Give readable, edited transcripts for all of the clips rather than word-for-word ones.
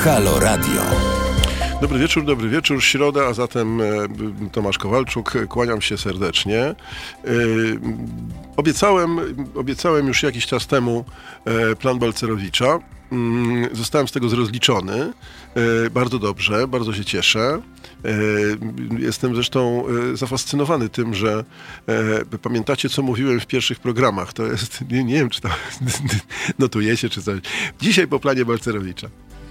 Halo Radio. Dobry wieczór, środa, a zatem Tomasz Kowalczuk, kłaniam się serdecznie. Obiecałem już jakiś czas temu plan Balcerowicza. Zostałem z tego zrozliczony. Bardzo dobrze, bardzo się cieszę. Jestem zresztą zafascynowany tym, że pamiętacie, co mówiłem w pierwszych programach. To jest, nie wiem, czy to notujecie, czy coś. Dzisiaj po planie Balcerowicza.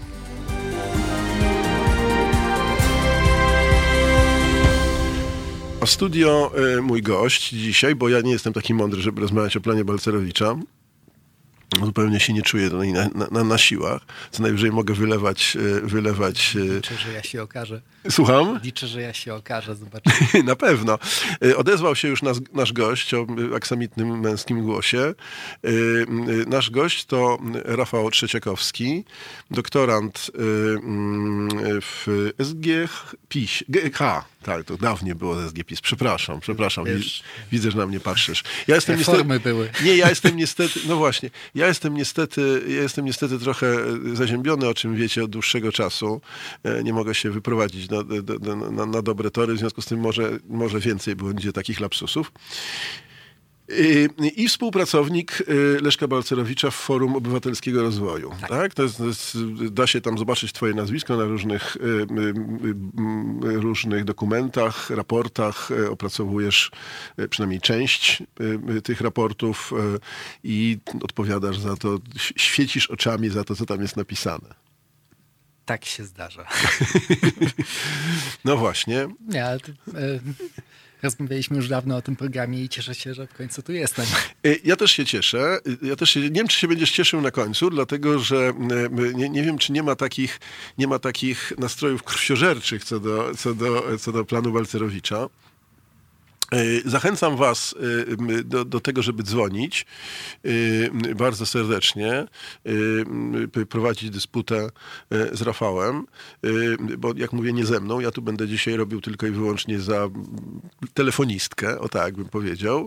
A w studio mój gość dzisiaj, bo ja nie jestem taki mądry, żeby rozmawiać o planie Balcerowicza. Zupełnie się nie czuję na siłach. Co najwyżej mogę wylewać... Liczę, że ja się okażę. Słucham? Liczę, że ja się okażę, zobaczę. Na pewno. Odezwał się już nasz gość o aksamitnym męskim głosie. Nasz gość to Rafał Trzeciakowski, doktorant w SGPiS. Tak, to dawniej było SGPiS. Przepraszam. Widzę, że na mnie patrzysz. Reformy były. Nie, ja jestem niestety... No właśnie. Ja jestem niestety trochę zaziębiony, o czym wiecie od dłuższego czasu. Nie mogę się wyprowadzić na dobre tory, w związku z tym może więcej będzie takich lapsusów. I współpracownik Leszka Balcerowicza w Forum Obywatelskiego Rozwoju. Tak? To jest, da się tam zobaczyć twoje nazwisko na różnych dokumentach, raportach. Opracowujesz przynajmniej część tych raportów i odpowiadasz za to, świecisz oczami za to, co tam jest napisane. Tak się zdarza. No właśnie. Nie, ale rozmawialiśmy już dawno o tym programie i cieszę się, że w końcu tu jestem. Ja też się cieszę. Nie wiem, czy się będziesz cieszył na końcu, dlatego że nie wiem, czy nie ma takich nastrojów krwiożerczych co do planu Balcerowicza. Zachęcam was do tego, żeby dzwonić bardzo serdecznie, prowadzić dysputę z Rafałem, bo jak mówię, nie ze mną, ja tu będę dzisiaj robił tylko i wyłącznie za telefonistkę, o tak bym powiedział,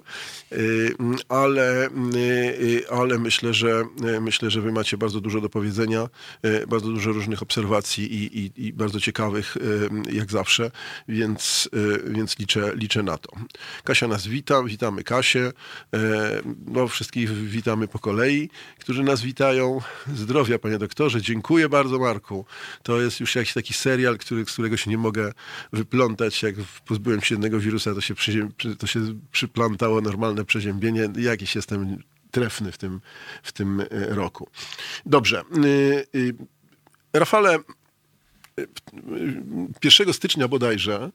ale myślę, że wy macie bardzo dużo do powiedzenia, bardzo dużo różnych obserwacji i bardzo ciekawych, jak zawsze, więc liczę na to. Kasia nas wita, witamy Kasię, wszystkich witamy po kolei, którzy nas witają. Zdrowia, panie doktorze, dziękuję bardzo, Marku. To jest już jakiś taki serial, z którego się nie mogę wyplątać. Jak pozbyłem się jednego wirusa, to się przyplątało normalne przeziębienie. Jakiś jestem trefny w tym roku. Dobrze. Rafale, 1 stycznia bodajże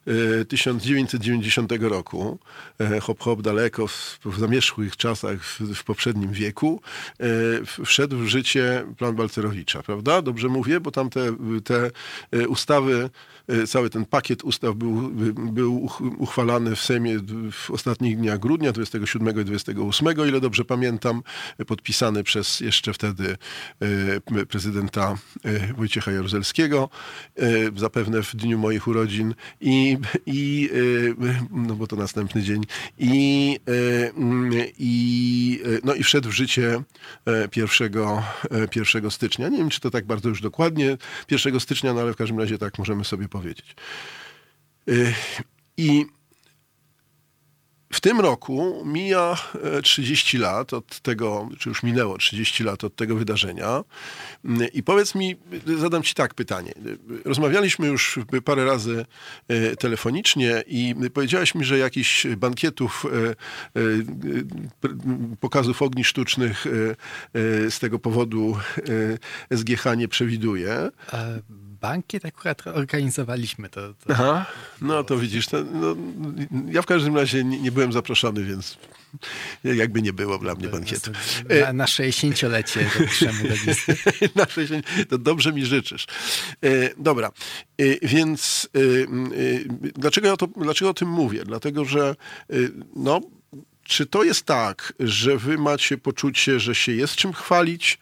1990 roku, hop daleko, w zamierzchłych czasach w poprzednim wieku, wszedł w życie plan Balcerowicza, prawda? Dobrze mówię, bo tam te ustawy, cały ten pakiet ustaw był uchwalany w Sejmie w ostatnich dniach grudnia, 27 i 28, o ile dobrze pamiętam, podpisany przez jeszcze wtedy prezydenta Wojciecha Jaruzelskiego, zapewne w dniu moich urodzin no bo to następny dzień i wszedł w życie 1 stycznia. Nie wiem, czy to tak bardzo już dokładnie 1 stycznia, no ale w każdym razie tak możemy sobie powiedzieć. I w tym roku mija 30 lat od tego, czy już minęło 30 lat od tego wydarzenia. I powiedz mi, zadam ci tak pytanie. Rozmawialiśmy już parę razy telefonicznie i powiedziałaś mi, że jakichś bankietów, pokazów ogni sztucznych z tego powodu SGH nie przewiduje. Bankiet akurat organizowaliśmy to. Aha, no to widzisz, ja w każdym razie nie byłem zaproszony, więc jakby nie było dla mnie bankietu. Na 60-lecie dopiszemy do listy. To dobrze mi życzysz. Dobra, więc dlaczego o tym mówię? Dlatego, że czy to jest tak, że wy macie poczucie, że się jest czym chwalić,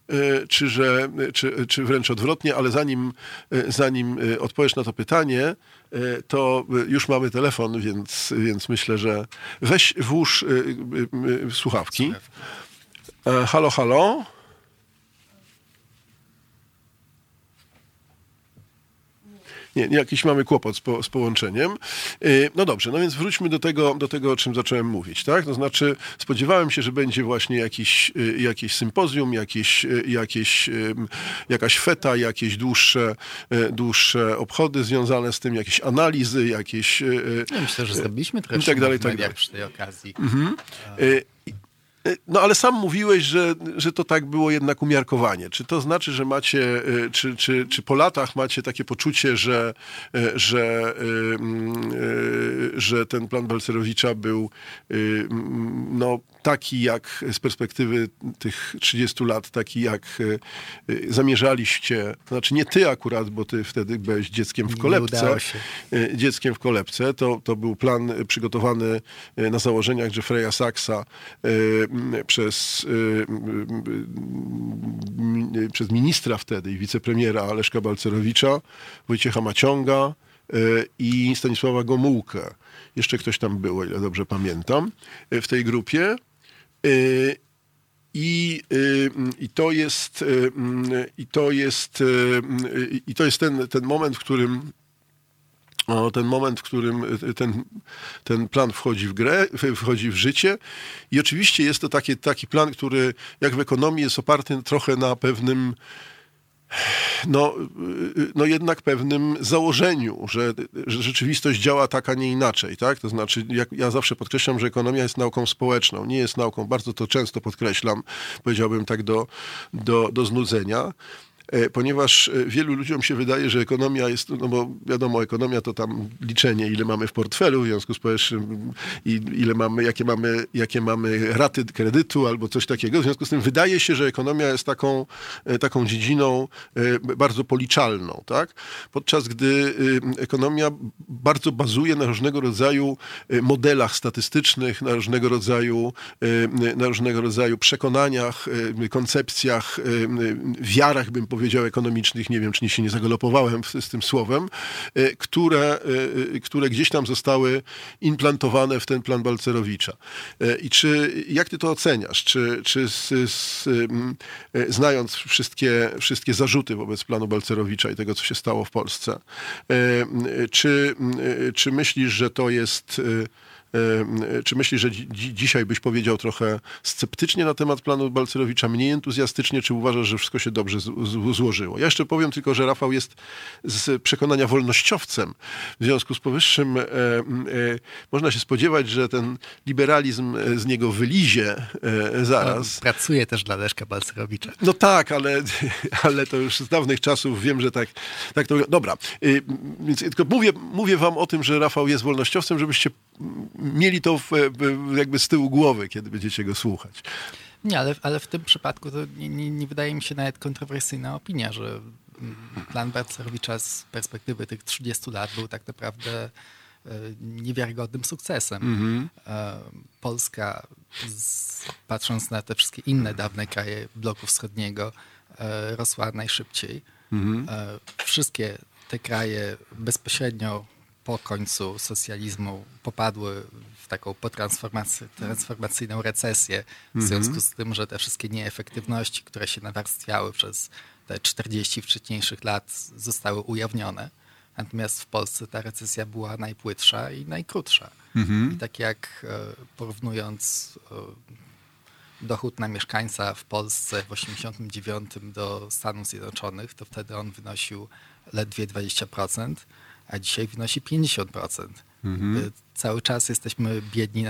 czy wręcz odwrotnie, ale zanim odpowiesz na to pytanie, to już mamy telefon, więc myślę, że włóż słuchawki. Halo, halo? Nie, jakiś mamy kłopot z połączeniem. No dobrze, no więc wróćmy do tego, o czym zacząłem mówić, tak? To znaczy spodziewałem się, że będzie właśnie jakieś sympozjum, jakaś feta, jakieś dłuższe obchody związane z tym, jakieś analizy, jakieś... Ja myślę, że zrobiliśmy trochę i tak dalej, w mediach przy tej okazji. No ale sam mówiłeś, że to tak było jednak umiarkowanie. Czy to znaczy, że macie, czy po latach macie takie poczucie, że ten plan Balcerowicza był no, taki jak z perspektywy tych 30 lat, taki jak zamierzaliście, to znaczy nie ty akurat, bo ty wtedy byłeś dzieckiem w kolebce. Dzieckiem w kolebce. To był plan przygotowany na założeniach Jeffrey'a Saxa przez ministra wtedy i wicepremiera Leszka Balcerowicza, Wojciecha Maciąga i Stanisława Gomułkę. Jeszcze ktoś tam był, o ile dobrze pamiętam, w tej grupie. I to jest ten moment, w którym ten plan wchodzi w grę, wchodzi w życie. I oczywiście jest to taki plan, który jak w ekonomii jest oparty trochę na pewnym no jednak pewnym założeniu, że rzeczywistość działa tak, a nie inaczej, tak? To znaczy, ja zawsze podkreślam, że ekonomia jest nauką społeczną, nie jest nauką, bardzo to często podkreślam, powiedziałbym tak do znudzenia, ponieważ wielu ludziom się wydaje, że ekonomia jest, no bo wiadomo, ekonomia to tam liczenie, ile mamy w portfelu w związku z powyższym i jakie mamy raty kredytu albo coś takiego. W związku z tym wydaje się, że ekonomia jest taką dziedziną bardzo policzalną, tak? Podczas gdy ekonomia bardzo bazuje na różnego rodzaju modelach statystycznych, na różnego rodzaju przekonaniach, koncepcjach, wiarach, bym powiedział, ekonomicznych, nie wiem, czy się nie zagalopowałem z tym słowem, które gdzieś tam zostały implantowane w ten plan Balcerowicza. I jak ty to oceniasz? Czy znając wszystkie zarzuty wobec planu Balcerowicza i tego, co się stało w Polsce, czy myślisz, że to jest... Czy myślisz, że dzisiaj byś powiedział trochę sceptycznie na temat planu Balcerowicza, mniej entuzjastycznie, czy uważasz, że wszystko się dobrze złożyło? Ja jeszcze powiem tylko, że Rafał jest z przekonania wolnościowcem. W związku z powyższym można się spodziewać, że ten liberalizm z niego wylizie zaraz. Pracuje też dla Leszka Balcerowicza. No tak, ale to już z dawnych czasów wiem, że tak to... Dobra, więc tylko mówię wam o tym, że Rafał jest wolnościowcem, żebyście mieli to jakby z tyłu głowy, kiedy będziecie go słuchać. Nie, ale w tym przypadku to nie wydaje mi się nawet kontrowersyjna opinia, że plan Balcerowicza z perspektywy tych 30 lat był tak naprawdę niewiarygodnym sukcesem. Polska, patrząc na te wszystkie inne dawne kraje bloku wschodniego, rosła najszybciej. Wszystkie te kraje bezpośrednio po końcu socjalizmu popadły w taką transformacyjną recesję w związku z tym, że te wszystkie nieefektywności, które się nawarstwiały przez te 40 wcześniejszych lat, zostały ujawnione. Natomiast w Polsce ta recesja była najpłytsza i najkrótsza. I tak jak porównując dochód na mieszkańca w Polsce w 1989 do Stanów Zjednoczonych, to wtedy on wynosił ledwie 20%, a dzisiaj wynosi 50%. Cały czas jesteśmy biedni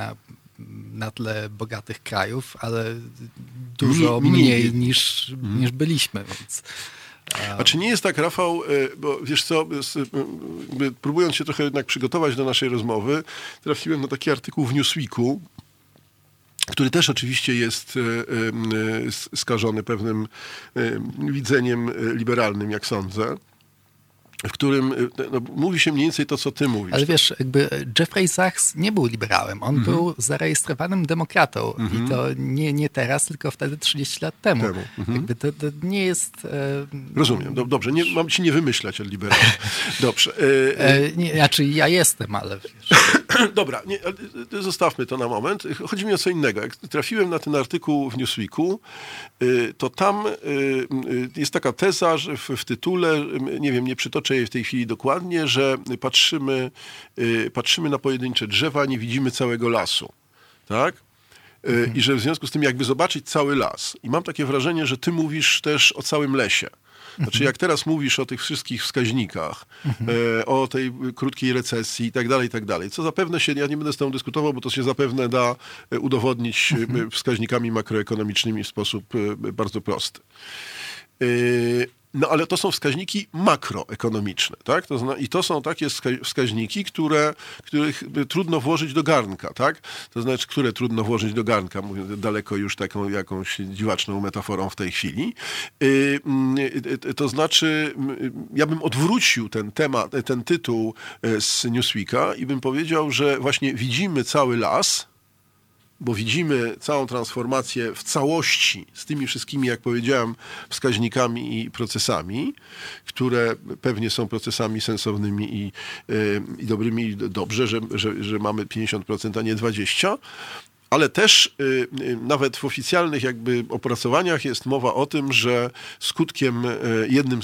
na tle bogatych krajów, ale dużo mniej niż byliśmy. Więc... A czy nie jest tak, Rafał, bo wiesz co, próbując się trochę jednak przygotować do naszej rozmowy, trafiłem na taki artykuł w Newsweeku, który też oczywiście jest skażony pewnym widzeniem liberalnym, jak sądzę, w którym mówi się mniej więcej to, co ty mówisz. Ale wiesz, jakby Jeffrey Sachs nie był liberałem. On był zarejestrowanym demokratą. I to nie teraz, tylko wtedy 30 lat temu. Jakby to nie jest... Rozumiem. Dobrze. Mam ci nie wymyślać o liberale. Dobrze. Znaczy ja jestem, ale wiesz... Dobra, zostawmy to na moment. Chodzi mi o co innego. Jak trafiłem na ten artykuł w Newsweeku, to tam jest taka teza, że w tytule, nie wiem, nie przytoczę jej w tej chwili dokładnie, że patrzymy na pojedyncze drzewa, nie widzimy całego lasu. Tak? I że w związku z tym jakby zobaczyć cały las. I mam takie wrażenie, że ty mówisz też o całym lesie. Znaczy jak teraz mówisz o tych wszystkich wskaźnikach, o tej krótkiej recesji i tak dalej, co zapewne się, ja nie będę z tobą dyskutował, bo to się zapewne da udowodnić wskaźnikami makroekonomicznymi w sposób bardzo prosty. No ale to są wskaźniki makroekonomiczne, tak? I to są takie wskaźniki, których trudno włożyć do garnka, tak? To znaczy, które trudno włożyć do garnka, mówię daleko już taką jakąś dziwaczną metaforą w tej chwili. To znaczy, ja bym odwrócił ten tytuł z Newsweeka i bym powiedział, że właśnie widzimy cały las, bo widzimy całą transformację w całości z tymi wszystkimi, jak powiedziałem, wskaźnikami i procesami, które pewnie są procesami sensownymi i dobrymi. I dobrze, że mamy 50%, a nie 20%. Ale też nawet w oficjalnych jakby opracowaniach jest mowa o tym, że jednym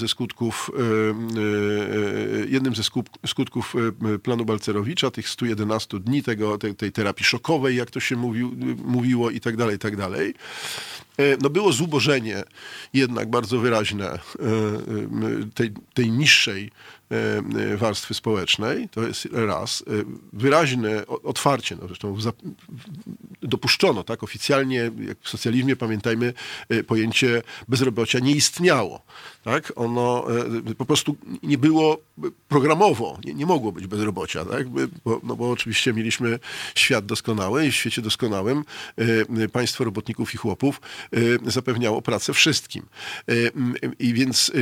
ze skutków planu Balcerowicza, tych 111 dni, tej terapii szokowej, jak to się mówiło i tak dalej, no było zubożenie jednak bardzo wyraźne tej niższej warstwy społecznej, to jest raz, wyraźne otwarcie, no zresztą dopuszczono, tak, oficjalnie, jak w socjalizmie, pamiętajmy, pojęcie bezrobocia nie istniało, tak, ono po prostu nie było programowo, nie mogło być bezrobocia, tak, bo oczywiście mieliśmy świat doskonały i w świecie doskonałym państwo robotników i chłopów zapewniało pracę wszystkim. I więc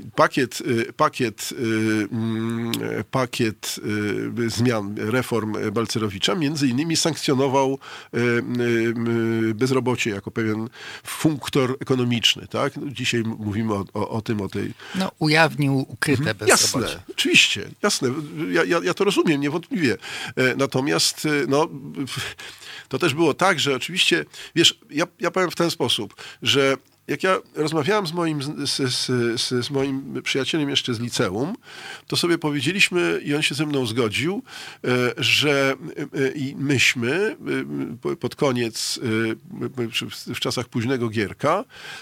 pakiet zmian, reform Balcerowicza między innymi sankcjonował bezrobocie jako pewien funktor ekonomiczny, tak? Dzisiaj mówimy o tej... No, ujawnił ukryte bezrobocie. Jasne, oczywiście, jasne. Ja to rozumiem, niewątpliwie. Natomiast no, to też było tak, że oczywiście, wiesz, ja powiem w ten sposób, że jak ja rozmawiałem z moim przyjacielem jeszcze z liceum, to sobie powiedzieliśmy, i on się ze mną zgodził, że i myśmy pod koniec, w czasach późnego Gierka,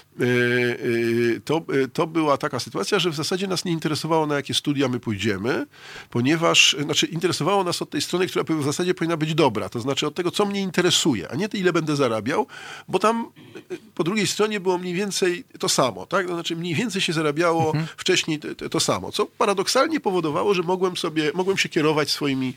to była taka sytuacja, że w zasadzie nas nie interesowało, na jakie studia my pójdziemy, ponieważ, znaczy interesowało nas od tej strony, która w zasadzie powinna być dobra, to znaczy od tego, co mnie interesuje, a nie ile będę zarabiał, bo tam po drugiej stronie było mniej więcej to samo, tak? To znaczy mniej więcej się zarabiało wcześniej to samo, co paradoksalnie powodowało, że mogłem się kierować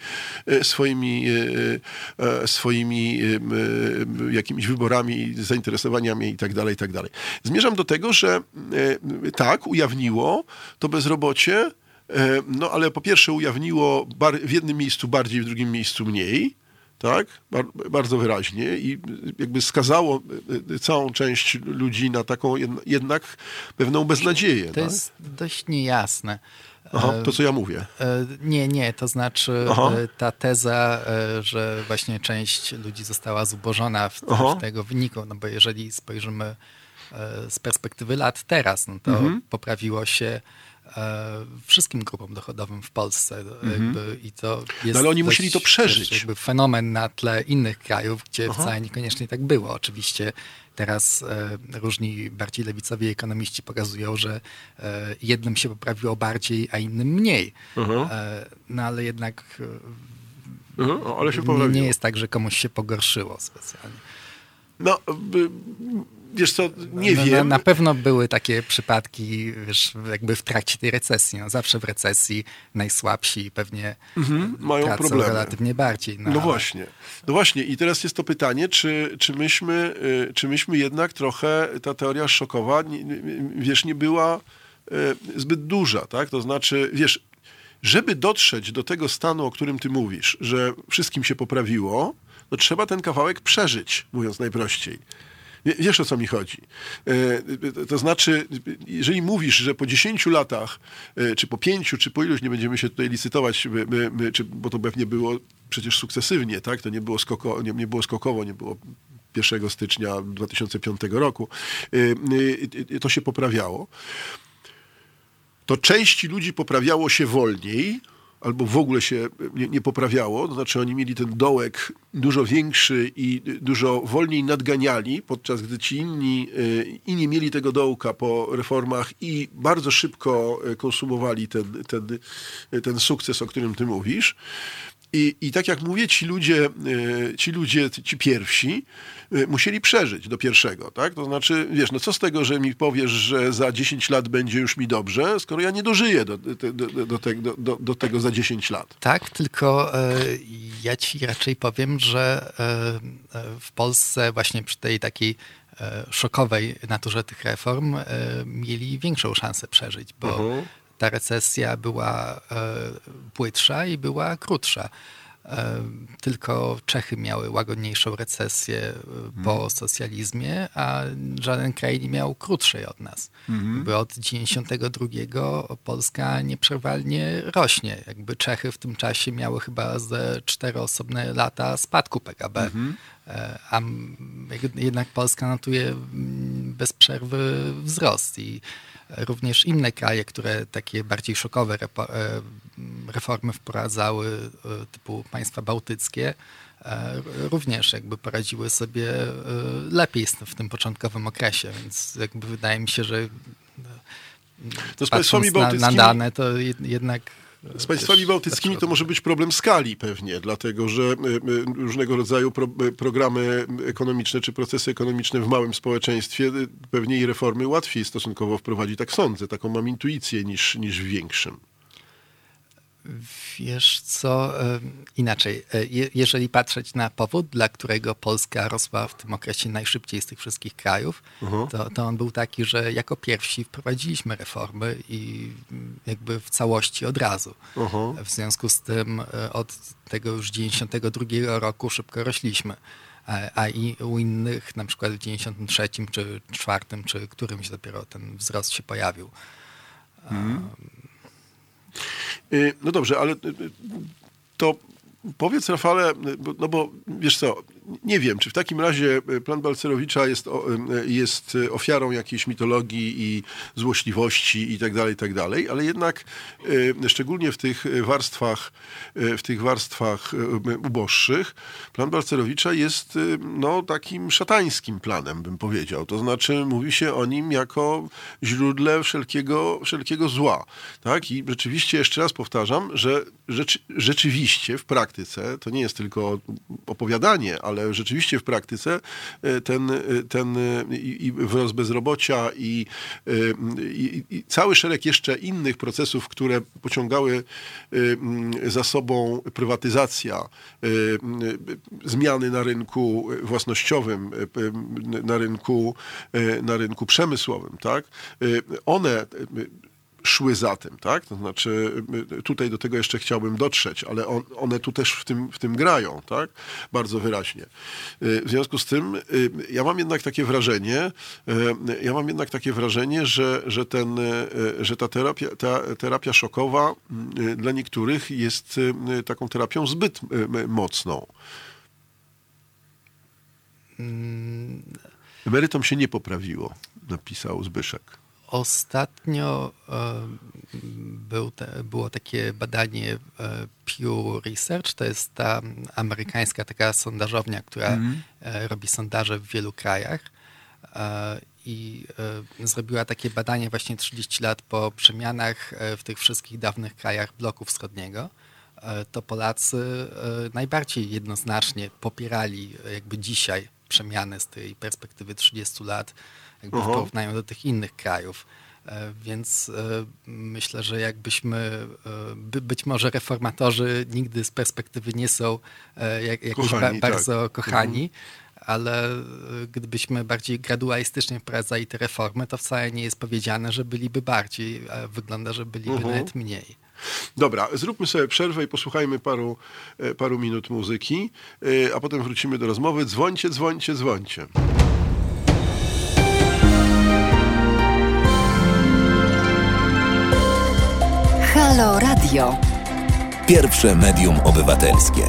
swoimi jakimiś wyborami, zainteresowaniami i tak dalej. Zmierzam do tego, że tak, ujawniło to bezrobocie, no ale po pierwsze ujawniło w jednym miejscu bardziej, w drugim miejscu mniej, tak, bardzo wyraźnie i jakby skazało całą część ludzi na taką jednak pewną beznadzieję. To tak? jest dość niejasne. Aha, to co ja mówię. Nie, to znaczy ta teza, że właśnie część ludzi została zubożona w tego wyniku, no bo jeżeli spojrzymy z perspektywy lat teraz, no to poprawiło się wszystkim grupom dochodowym w Polsce. I to jest no ale oni musieli to przeżyć. Jakby fenomen na tle innych krajów, gdzie wcale niekoniecznie tak było. Oczywiście teraz różni bardziej lewicowi ekonomiści pokazują, że jednym się poprawiło bardziej, a innym mniej. No ale jednak ale się poprawiło. Nie jest tak, że komuś się pogorszyło specjalnie. No, wiesz co, nie wiem. Na pewno były takie przypadki, wiesz, jakby w trakcie tej recesji. No, zawsze w recesji najsłabsi pewnie mają problemy. Relatywnie bardziej. No właśnie. I teraz jest to pytanie, czy myśmy jednak trochę, ta teoria szokowa, wiesz, nie była zbyt duża, tak? To znaczy, wiesz, żeby dotrzeć do tego stanu, o którym ty mówisz, że wszystkim się poprawiło, no trzeba ten kawałek przeżyć, mówiąc najprościej. Wiesz, o co mi chodzi. To znaczy, jeżeli mówisz, że po 10 latach, czy po 5, czy po iluś, nie będziemy się tutaj licytować, bo to pewnie było przecież sukcesywnie, tak? To nie było skokowo, nie było 1 stycznia 2005 roku. To się poprawiało. To części ludzi poprawiało się wolniej, albo w ogóle się nie poprawiało, to znaczy oni mieli ten dołek dużo większy i dużo wolniej nadganiali, podczas gdy ci inni mieli tego dołka po reformach i bardzo szybko konsumowali ten sukces, o którym ty mówisz. I tak jak mówię, ci pierwsi musieli przeżyć do pierwszego, tak? To znaczy, wiesz, no co z tego, że mi powiesz, że za 10 lat będzie już mi dobrze, skoro ja nie dożyję do tego za 10 lat. Tak, tylko ja ci raczej powiem, że w Polsce właśnie przy tej takiej szokowej naturze tych reform mieli większą szansę przeżyć, bo ta recesja była płytsza i była krótsza. Tylko Czechy miały łagodniejszą recesję po socjalizmie, a żaden kraj nie miał krótszej od nas. Jakby od 92 Polska nieprzerwalnie rośnie. Jakby Czechy w tym czasie miały chyba ze 4-osobne lata spadku PKB. A jednak Polska notuje bez przerwy wzrost i również inne kraje, które takie bardziej szokowe reformy wprowadzały, typu państwa bałtyckie, również jakby poradziły sobie lepiej w tym początkowym okresie, więc jakby wydaje mi się, że to z państwami na dane, to jednak... Z państwami bałtyckimi to może być problem skali pewnie, dlatego że różnego rodzaju programy ekonomiczne czy procesy ekonomiczne w małym społeczeństwie pewnie i reformy łatwiej stosunkowo wprowadzi, tak sądzę. Taką mam intuicję niż w większym. Wiesz co, inaczej, jeżeli patrzeć na powód, dla którego Polska rosła w tym okresie najszybciej z tych wszystkich krajów, to on był taki, że jako pierwsi wprowadziliśmy reformy i jakby w całości od razu. W związku z tym od tego już 92 roku szybko rośliśmy. A i u innych, na przykład w 93 czy 4, czy którymś dopiero ten wzrost się pojawił. No dobrze, ale to powiedz, Rafale, no bo wiesz co, nie wiem, czy w takim razie plan Balcerowicza jest ofiarą jakiejś mitologii i złośliwości i tak dalej, ale jednak szczególnie w tych warstwach uboższych plan Balcerowicza jest no, takim szatańskim planem, bym powiedział. To znaczy mówi się o nim jako źródle wszelkiego zła. Tak? I rzeczywiście, jeszcze raz powtarzam, że rzeczywiście w praktyce, to nie jest tylko opowiadanie, ale rzeczywiście w praktyce ten wzrost bezrobocia i cały szereg jeszcze innych procesów, które pociągały za sobą prywatyzacja, zmiany na rynku własnościowym, na rynku przemysłowym, tak? One szły za tym, tak? To znaczy, tutaj do tego jeszcze chciałbym dotrzeć, ale one tu też w tym grają, tak? Bardzo wyraźnie. W związku z tym ja mam jednak takie wrażenie, że ta terapia szokowa dla niektórych jest taką terapią zbyt mocną. Emerytom się nie poprawiło, napisał Zbyszek. Ostatnio było takie badanie Pew Research, to jest ta amerykańska taka sondażownia, która robi sondaże w wielu krajach i zrobiła takie badanie właśnie 30 lat po przemianach w tych wszystkich dawnych krajach bloku wschodniego. To Polacy najbardziej jednoznacznie popierali jakby dzisiaj przemiany z tej perspektywy 30 lat, jakby w porównaniu do tych innych krajów. Więc myślę, że jakbyśmy, być może reformatorzy nigdy z perspektywy nie są jakoś bardzo kochani, ale gdybyśmy bardziej gradualistycznie wprowadzali te reformy, to wcale nie jest powiedziane, że byliby bardziej, a wygląda, że byliby nawet mniej. Dobra, zróbmy sobie przerwę i posłuchajmy paru minut muzyki, a potem wrócimy do rozmowy. Dzwońcie. Halo Radio. Pierwsze medium obywatelskie.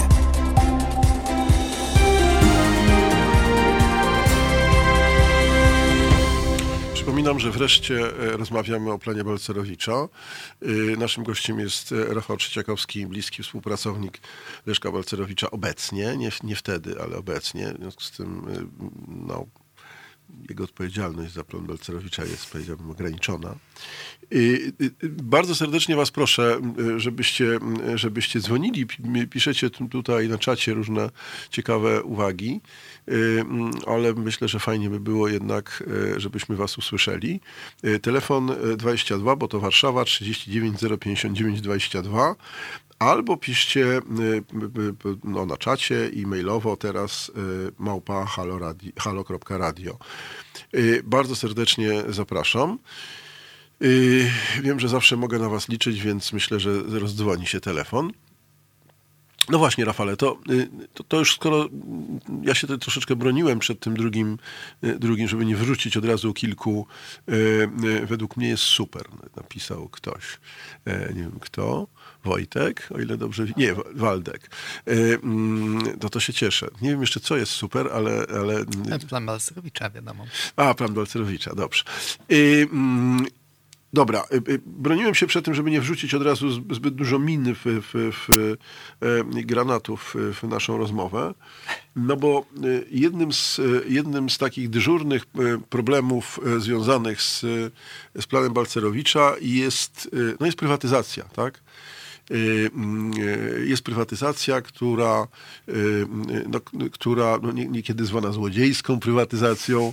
Przypominam, że wreszcie rozmawiamy o planie Balcerowicza. Naszym gościem jest Rafał Trzeciakowski, bliski współpracownik Leszka Balcerowicza obecnie, nie wtedy, ale obecnie. W związku z tym jego odpowiedzialność za plan Balcerowicza jest, powiedziałbym, ograniczona. Bardzo serdecznie was proszę, żebyście dzwonili. Piszecie tutaj na czacie różne ciekawe uwagi, ale myślę, że fajnie by było jednak, żebyśmy was usłyszeli. Telefon 22, bo to Warszawa, 39 059 22. Albo piszcie na czacie i mailowo teraz @halo.radio. Bardzo serdecznie zapraszam. Wiem, że zawsze mogę na was liczyć, więc myślę, że rozdzwoni się telefon. No właśnie, Rafale, to już skoro ja się troszeczkę broniłem przed tym drugim, żeby nie wrzucić od razu kilku, według mnie jest super, napisał ktoś, nie wiem kto, Wojtek, o ile dobrze, nie, Waldek, to się cieszę. Nie wiem jeszcze, co jest super, ale... Plan Balcerowicza, wiadomo. Plan Balcerowicza, dobrze. Dobra, broniłem się przed tym, żeby nie wrzucić od razu zbyt dużo min granatów w naszą rozmowę, no bo jednym z takich dyżurnych problemów związanych z planem Balcerowicza jest prywatyzacja, tak? Jest prywatyzacja, która niekiedy zwana złodziejską prywatyzacją,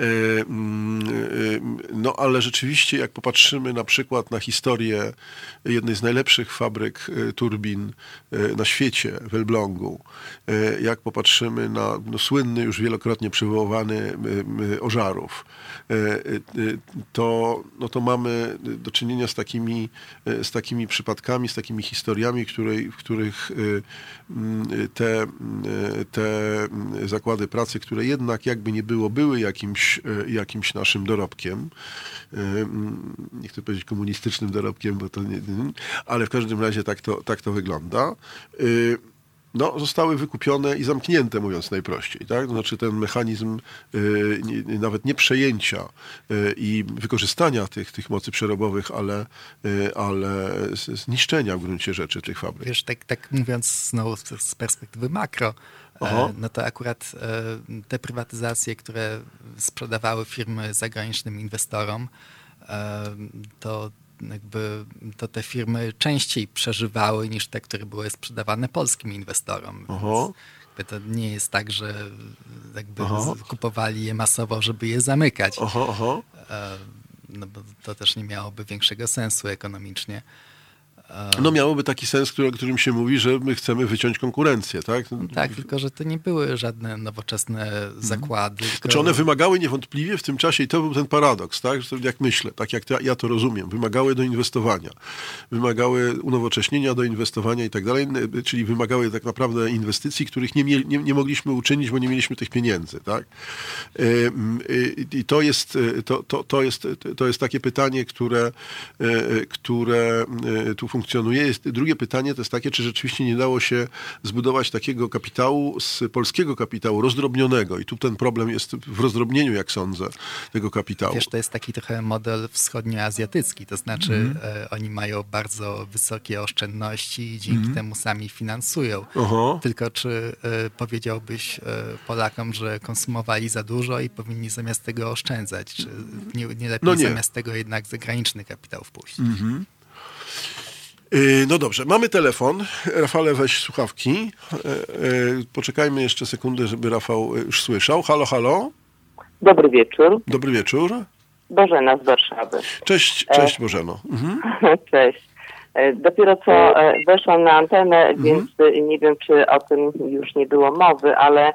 ale rzeczywiście jak popatrzymy na przykład na historię jednej z najlepszych fabryk turbin na świecie, w Elblągu, jak popatrzymy na słynny, już wielokrotnie przywoływany Ożarów, to mamy do czynienia z takimi przypadkami, z takimi historiami, w których te zakłady pracy, które jednak jakby nie było, były jakimś naszym dorobkiem. Nie chcę powiedzieć komunistycznym dorobkiem, bo to nie, ale w każdym razie tak to wygląda. Zostały wykupione i zamknięte, mówiąc najprościej. Tak? To znaczy ten mechanizm nawet nie przejęcia i wykorzystania tych mocy przerobowych, ale zniszczenia w gruncie rzeczy tych fabryk. Wiesz, tak mówiąc znowu z perspektywy makro, no to akurat te prywatyzacje, które sprzedawały firmy zagranicznym inwestorom, to te firmy częściej przeżywały niż te, które były sprzedawane polskim inwestorom. Więc to nie jest tak, że kupowali je masowo, żeby je zamykać. No bo to też nie miałoby większego sensu ekonomicznie. Miałoby taki sens, o którym się mówi, że my chcemy wyciąć konkurencję, tak? Tak, tylko że to nie były żadne nowoczesne zakłady. Znaczy one wymagały niewątpliwie w tym czasie, i to był ten paradoks, tak? Jak myślę, tak jak ja to rozumiem, wymagały do inwestowania, wymagały unowocześnienia do inwestowania i tak dalej, czyli wymagały tak naprawdę inwestycji, których nie mogliśmy uczynić, bo nie mieliśmy tych pieniędzy, tak? I to jest takie pytanie, które tu funkcjonuje. Drugie pytanie to jest takie, czy rzeczywiście nie dało się zbudować takiego kapitału z polskiego kapitału rozdrobnionego. I tu ten problem jest w rozdrobnieniu, jak sądzę, tego kapitału. Wiesz, to jest taki trochę model wschodnioazjatycki, to znaczy oni mają bardzo wysokie oszczędności i dzięki temu sami finansują. Tylko czy powiedziałbyś Polakom, że konsumowali za dużo i powinni zamiast tego oszczędzać? Czy nie lepiej zamiast tego jednak zagraniczny kapitał wpuścić? No dobrze, mamy telefon. Rafale, weź słuchawki. Poczekajmy jeszcze sekundę, żeby Rafał już słyszał. Halo, halo. Dobry wieczór. Dobry wieczór. Bożena z Warszawy. Cześć Bożeno. Cześć. Dopiero co weszłam na antenę, więc nie wiem, czy o tym już nie było mowy, ale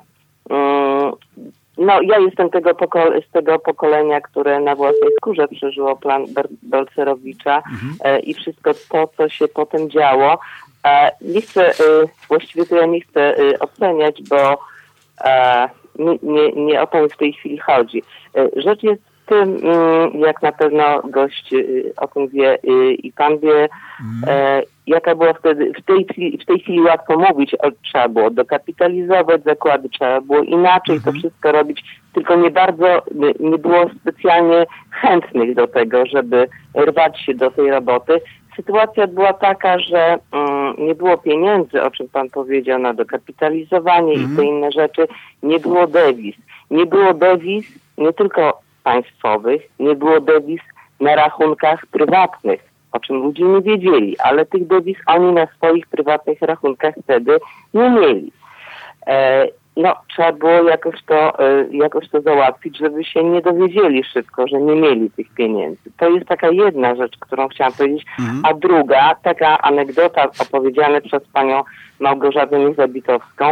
ja jestem z tego pokolenia, które na własnej skórze przeżyło plan Balcerowicza i wszystko to, co się potem działo. Właściwie to ja nie chcę oceniać, bo nie o to mi w tej chwili chodzi. Rzecz jest tym, jak na pewno gość o tym wie i pan wie, jaka była wtedy, w tej chwili łatwo mówić, trzeba było dokapitalizować zakłady, trzeba było inaczej to wszystko robić, tylko nie było specjalnie chętnych do tego, żeby rwać się do tej roboty. Sytuacja była taka, że nie było pieniędzy, o czym pan powiedział, na dokapitalizowanie i te inne rzeczy. Nie było dewiz. Nie było dewiz nie tylko państwowych, nie było dewiz na rachunkach prywatnych, o czym ludzie nie wiedzieli, ale tych dewiz oni na swoich prywatnych rachunkach wtedy nie mieli. Trzeba było jakoś to załatwić, żeby się nie dowiedzieli szybko, że nie mieli tych pieniędzy. To jest taka jedna rzecz, którą chciałam powiedzieć. A druga, taka anegdota opowiedziana przez panią Małgorzatę Niezabitowską,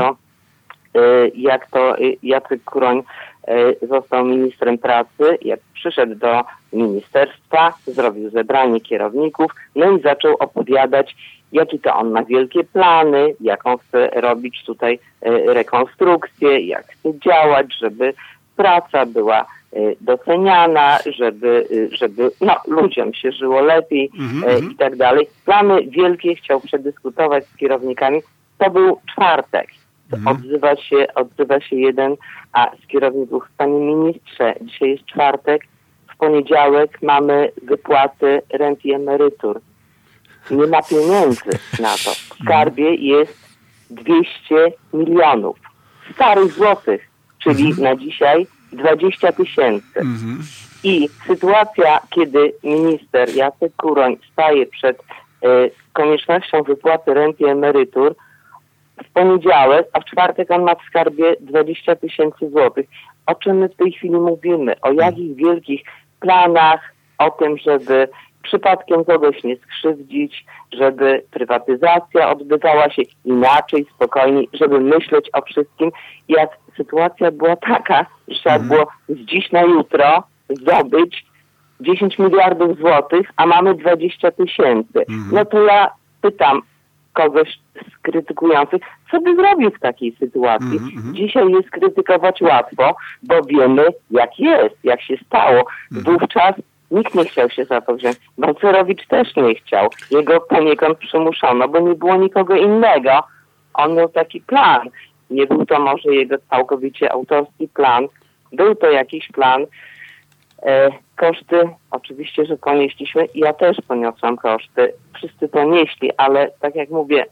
jak to Jacek Kuroń został ministrem pracy, jak przyszedł do ministerstwa, zrobił zebranie kierowników, no i zaczął opowiadać, jakie to on ma wielkie plany, jaką chce robić tutaj rekonstrukcję, jak chce działać, żeby praca była doceniana, żeby ludziom się żyło lepiej i tak dalej. Plany wielkie chciał przedyskutować z kierownikami. To był czwartek. Odzywa się jeden z kierowników. Panie ministrze, dzisiaj jest czwartek, w poniedziałek mamy wypłaty rent i emerytur. Nie ma pieniędzy na to. W skarbie jest 200 milionów starych złotych, czyli na dzisiaj 20 000. I sytuacja, kiedy minister Jacek Kuroń staje przed koniecznością wypłaty rent i emerytur w poniedziałek, a w czwartek on ma w skarbie 20 000 złotych. O czym my w tej chwili mówimy? O jakich wielkich planach, o tym, żeby przypadkiem kogoś nie skrzywdzić, żeby prywatyzacja odbywała się inaczej, spokojniej, żeby myśleć o wszystkim. Jak sytuacja była taka, że trzeba było z dziś na jutro zdobyć 10 miliardów złotych, a mamy 20 000. No to ja pytam kogoś z krytykujących, co by zrobił w takiej sytuacji. Dzisiaj jest krytykować łatwo, bo wiemy jak jest, jak się stało. Wówczas nikt nie chciał się za to wziąć. Balcerowicz też nie chciał. Jego poniekąd przymuszono, bo nie było nikogo innego. On miał taki plan. Nie był to może jego całkowicie autorski plan. Był to jakiś plan. Koszty oczywiście, że ponieśliśmy. Ja też poniosłam koszty. Wszyscy ponieśli, ale tak jak mówię,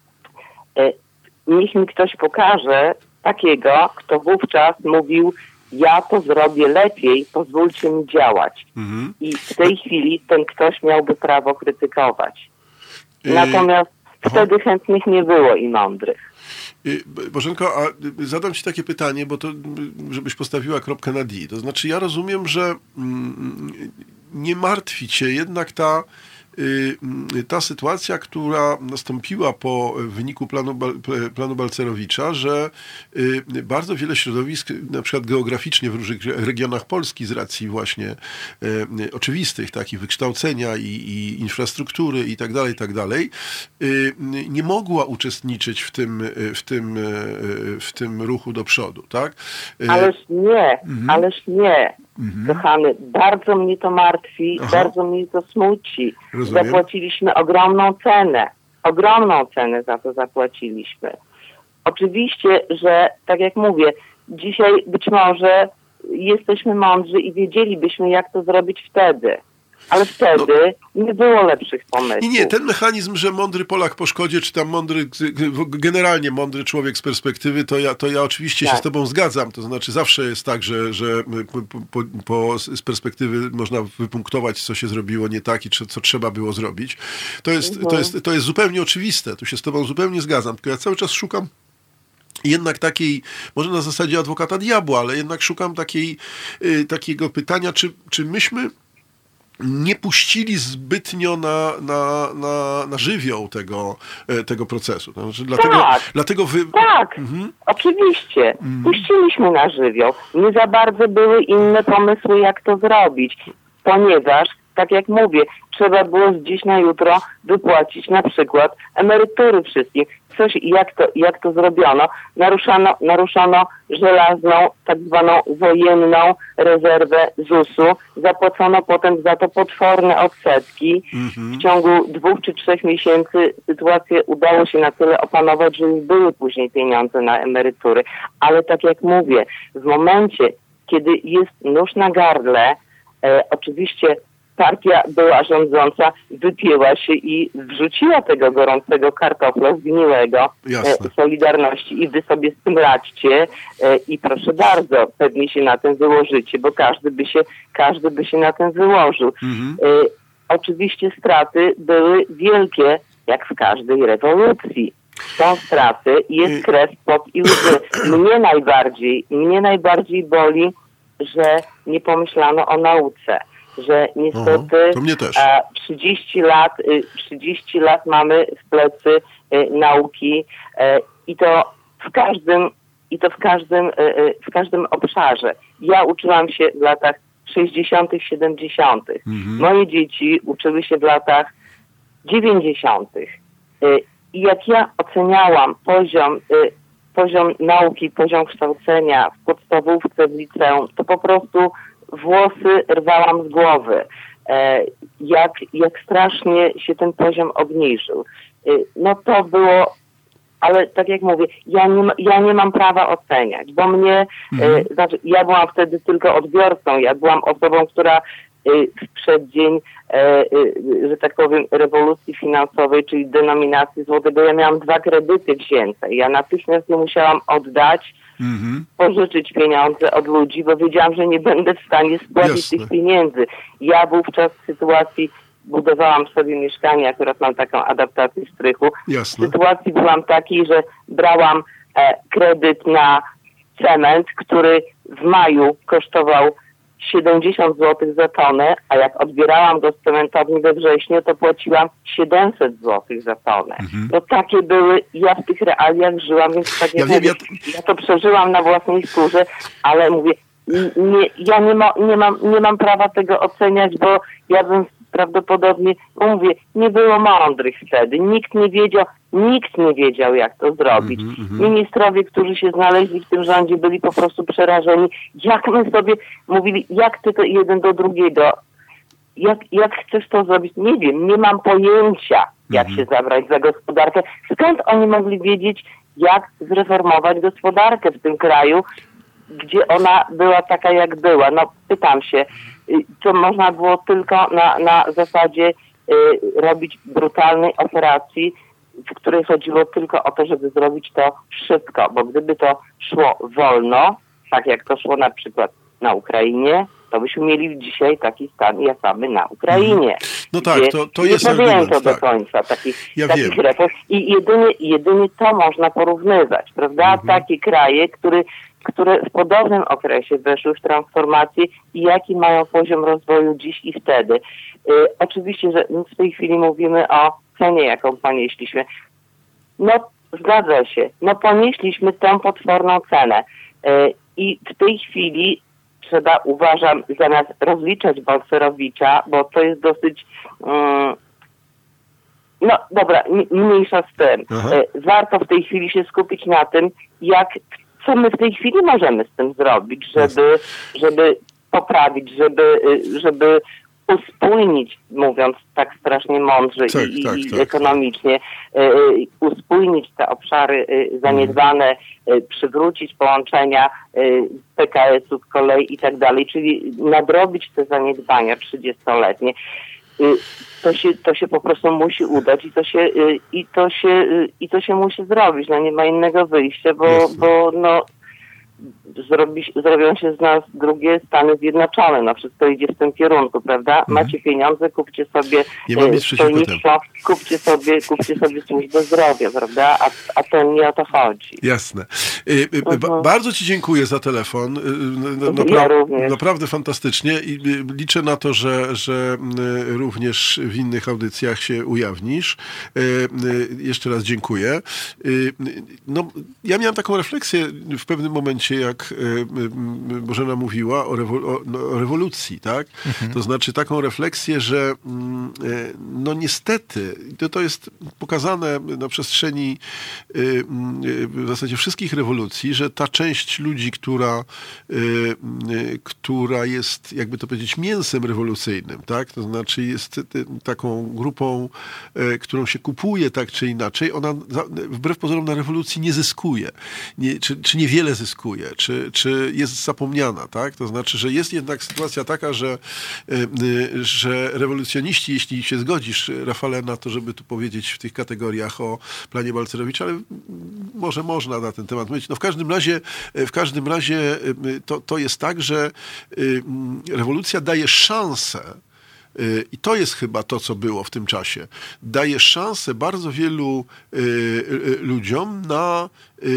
niech mi ktoś pokaże takiego, kto wówczas mówił, ja to zrobię lepiej, pozwólcie mi działać. I w tej chwili ten ktoś miałby prawo krytykować. Natomiast wtedy chętnych nie było i mądrych. Bożenko, a zadam ci takie pytanie, bo to, żebyś postawiła kropkę na D. To znaczy, ja rozumiem, że nie martwi cię jednak ta sytuacja, która nastąpiła po wyniku planu Balcerowicza, że bardzo wiele środowisk, na przykład geograficznie w różnych regionach Polski z racji właśnie oczywistych takich wykształcenia i infrastruktury i tak dalej, nie mogła uczestniczyć w tym ruchu do przodu, tak? Ależ nie. Kochany, bardzo mnie to martwi, bardzo mnie to smuci. Rozumiem. Zapłaciliśmy ogromną cenę za to zapłaciliśmy. Oczywiście, że tak jak mówię, dzisiaj być może jesteśmy mądrzy i wiedzielibyśmy, jak to zrobić wtedy. Ale wtedy nie było lepszych pomysłów. Nie, ten mechanizm, że mądry Polak po szkodzie, czy tam generalnie mądry człowiek z perspektywy, to ja oczywiście się z tobą zgadzam. To znaczy zawsze jest tak, że z perspektywy można wypunktować, co się zrobiło nie tak i co trzeba było zrobić. To jest zupełnie oczywiste. Tu się z tobą zupełnie zgadzam. Tylko ja cały czas szukam jednak takiej, może na zasadzie adwokata diabła, ale jednak szukam takiego pytania, czy myśmy nie puścili zbytnio na żywioł tego procesu. Znaczy, dlatego Tak, oczywiście. Puściliśmy na żywioł. Nie za bardzo były inne pomysły, jak to zrobić, ponieważ, tak jak mówię, trzeba było z dziś na jutro wypłacić na przykład emerytury wszystkim. jak to zrobiono? Naruszano żelazną, tak zwaną wojenną rezerwę ZUS-u. Zapłacono potem za to potworne odsetki. W ciągu 2 czy 3 miesięcy sytuację udało się na tyle opanować, że już były później pieniądze na emerytury. Ale tak jak mówię, w momencie, kiedy jest nóż na gardle, oczywiście partia była rządząca, wypięła się i wrzuciła tego gorącego kartofla zgniłego Solidarności i wy sobie z tym radźcie i proszę bardzo, pewnie się na tym wyłożycie, bo każdy by się na tym wyłożył. Oczywiście straty były wielkie, jak w każdej rewolucji. Są straty i jest krew, pot i łzy. Mnie najbardziej boli, że nie pomyślano o nauce. Że niestety 30 lat mamy w plecy nauki i to w każdym obszarze. Ja uczyłam się w latach 60., 70. Moje dzieci uczyły się w latach 90. I jak ja oceniałam poziom nauki, poziom kształcenia w podstawówce, w liceum, to po prostu włosy rwałam z głowy. Jak strasznie się ten poziom obniżył. No to było, ale tak jak mówię, ja nie mam prawa oceniać, bo mnie, znaczy ja byłam wtedy tylko odbiorcą, ja byłam osobą, która w przeddzień, że tak powiem, rewolucji finansowej, czyli denominacji złotego, ja miałam 2 kredyty wzięte. Ja natychmiast je musiałam oddać, pożyczyć pieniądze od ludzi, bo wiedziałam, że nie będę w stanie spłacić tych pieniędzy. Ja wówczas w sytuacji, budowałam sobie mieszkanie, akurat mam taką adaptację strychu. W sytuacji byłam takiej, że brałam kredyt na cement, który w maju kosztował 70 zł za tonę, a jak odbierałam go z cementowni we wrześniu, to płaciłam 700 zł za tonę. No takie były, ja w tych realiach żyłam, więc tak jak mówię, ja to przeżyłam na własnej skórze, ale mówię, ja nie mam prawa tego oceniać, bo ja bym prawdopodobnie, mówię, nie było mądrych wtedy. Nikt nie wiedział, jak to zrobić. Ministrowie, którzy się znaleźli w tym rządzie, byli po prostu przerażeni. Jak my sobie mówili, jak ty to jeden do drugiego, jak chcesz to zrobić? Nie wiem, nie mam pojęcia, jak się zabrać za gospodarkę. Skąd oni mogli wiedzieć, jak zreformować gospodarkę w tym kraju, gdzie ona była taka, jak była? No pytam się, to można było tylko na zasadzie robić brutalnej operacji, w której chodziło tylko o to, żeby zrobić to szybko, bo gdyby to szło wolno, tak jak to szło na przykład na Ukrainie, to byśmy mieli dzisiaj taki stan, jak mamy na Ukrainie. No tak, to jest argument. To do końca takich reform. I jedynie to można porównywać, prawda? Takie kraje, które w podobnym okresie weszły w transformację i jaki mają poziom rozwoju dziś i wtedy. Oczywiście, że w tej chwili mówimy o cenie, jaką ponieśliśmy. No, zgadza się. No, ponieśliśmy tę potworną cenę. I w tej chwili trzeba, uważam, zamiast rozliczać Balcerowicza, bo to jest dosyć... no, dobra, mniejsza z tym. Warto w tej chwili się skupić na tym, co my w tej chwili możemy z tym zrobić, żeby poprawić, żeby uspójnić, mówiąc tak strasznie mądrze i ekonomicznie, uspójnić te obszary zaniedbane, przywrócić połączenia PKS-ów, kolei i tak dalej, czyli nadrobić te zaniedbania 30-letnie. To się po prostu musi udać i to się musi zrobić. No nie ma innego wyjścia, bo zrobią się z nas drugie Stany Zjednoczone. No wszystko idzie w tym kierunku, prawda? Macie pieniądze, kupcie sobie szkolnictwo, kupcie sobie służbę zdrowia, prawda? A to nie o to chodzi. Jasne. Bardzo ci dziękuję za telefon. Naprawdę fantastycznie i liczę na to, że również w innych audycjach się ujawnisz. Jeszcze raz dziękuję. No, ja miałem taką refleksję w pewnym momencie, momencie, jak Bożena mówiła o rewolucji, tak? To znaczy taką refleksję, że no niestety, to jest pokazane na przestrzeni w zasadzie wszystkich rewolucji, że ta część ludzi, która jest, jakby to powiedzieć, mięsem rewolucyjnym, tak? To znaczy jest taką grupą, którą się kupuje tak czy inaczej, ona wbrew pozorom na rewolucji nie zyskuje, czy niewiele zyskuje, czy jest zapomniana, tak? To znaczy, że jest jednak sytuacja taka, że rewolucjoniści, jeśli się zgodzisz, Rafale, na to, żeby tu powiedzieć w tych kategoriach o planie Balcerowicza, ale może można na ten temat mówić. No w każdym razie to jest tak, że rewolucja daje szansę, i to jest chyba to, co było w tym czasie, daje szansę bardzo wielu ludziom na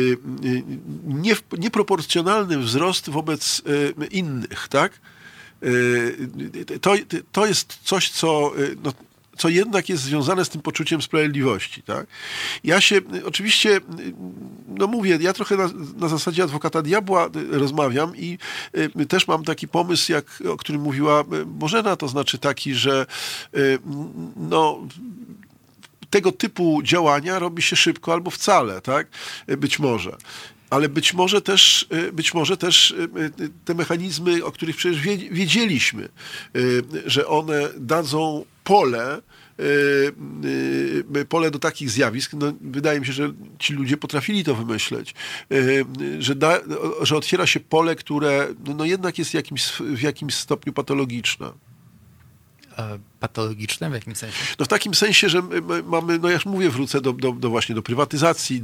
nieproporcjonalny wzrost wobec innych, tak? To jest coś, co jednak jest związane z tym poczuciem sprawiedliwości, tak? Ja się oczywiście, no mówię, ja trochę na zasadzie adwokata diabła rozmawiam i też mam taki pomysł, o którym mówiła Bożena, to znaczy taki, że no tego typu działania robi się szybko albo wcale, tak? Być może. Ale być może też te mechanizmy, o których przecież wiedzieliśmy, że one dadzą pole do takich zjawisk, no, wydaje mi się, że ci ludzie potrafili to wymyśleć, że otwiera się pole, które no jednak jest w jakimś stopniu patologiczne. Patologiczne w jakim sensie? No w takim sensie, że mamy, no ja już mówię, wrócę właśnie do prywatyzacji,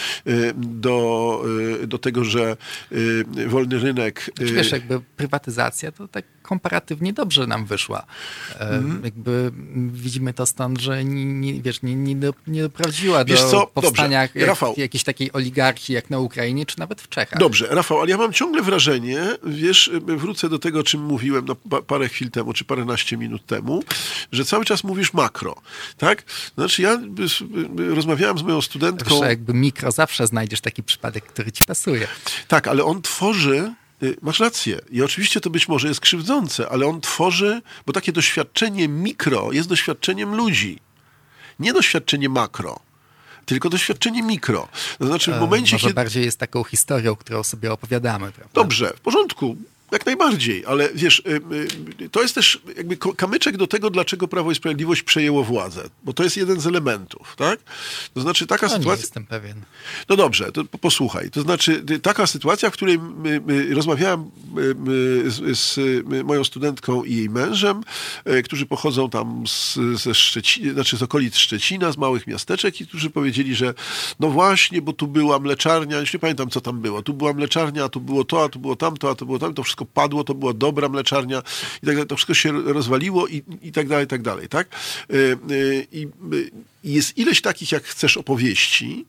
do tego, że wolny rynek... Wiesz, jakby prywatyzacja to tak komparatywnie dobrze nam wyszła. Jakby widzimy to stąd, że nie doprowadziła do powstania jakiejś takiej oligarchii jak na Ukrainie, czy nawet w Czechach. Dobrze, Rafał, ale ja mam ciągle wrażenie, wiesz, wrócę do tego, o czym mówiłem parę chwil temu, czy paręnaście minut temu, że cały czas mówisz makro, tak? Znaczy ja rozmawiałem z moją studentką... Wiesz, jakby mikro zawsze znajdziesz taki przypadek, który ci pasuje. Tak, ale on tworzy... Masz rację. I oczywiście to być może jest krzywdzące, ale on tworzy, bo takie doświadczenie mikro jest doświadczeniem ludzi. Nie doświadczenie makro, tylko doświadczenie mikro. To znaczy w momencie, może bardziej jest taką historią, którą sobie opowiadamy, prawda? Dobrze, w porządku. Jak najbardziej, ale wiesz, to jest też jakby kamyczek do tego, dlaczego Prawo i Sprawiedliwość przejęło władzę, bo to jest jeden z elementów, tak? To znaczy taka sytuacja... Nie jestem pewien. No dobrze, to posłuchaj. To znaczy taka sytuacja, w której rozmawiałem z moją studentką i jej mężem, którzy pochodzą tam ze Szczecina, znaczy z okolic Szczecina, z małych miasteczek i którzy powiedzieli, że no właśnie, bo tu była mleczarnia, już nie pamiętam, co tam było. Tu była mleczarnia, a tu było to, a tu było tamto, a tu było tamto, to wszystko padło, to była dobra mleczarnia i tak dalej, to wszystko się rozwaliło i tak dalej, tak? I jest ileś takich, jak chcesz, opowieści,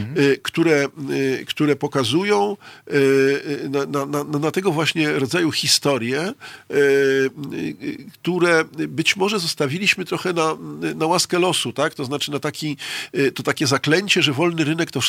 które pokazują na tego właśnie rodzaju historie, które być może zostawiliśmy trochę na łaskę losu, tak? To znaczy na takie zaklęcie, że wolny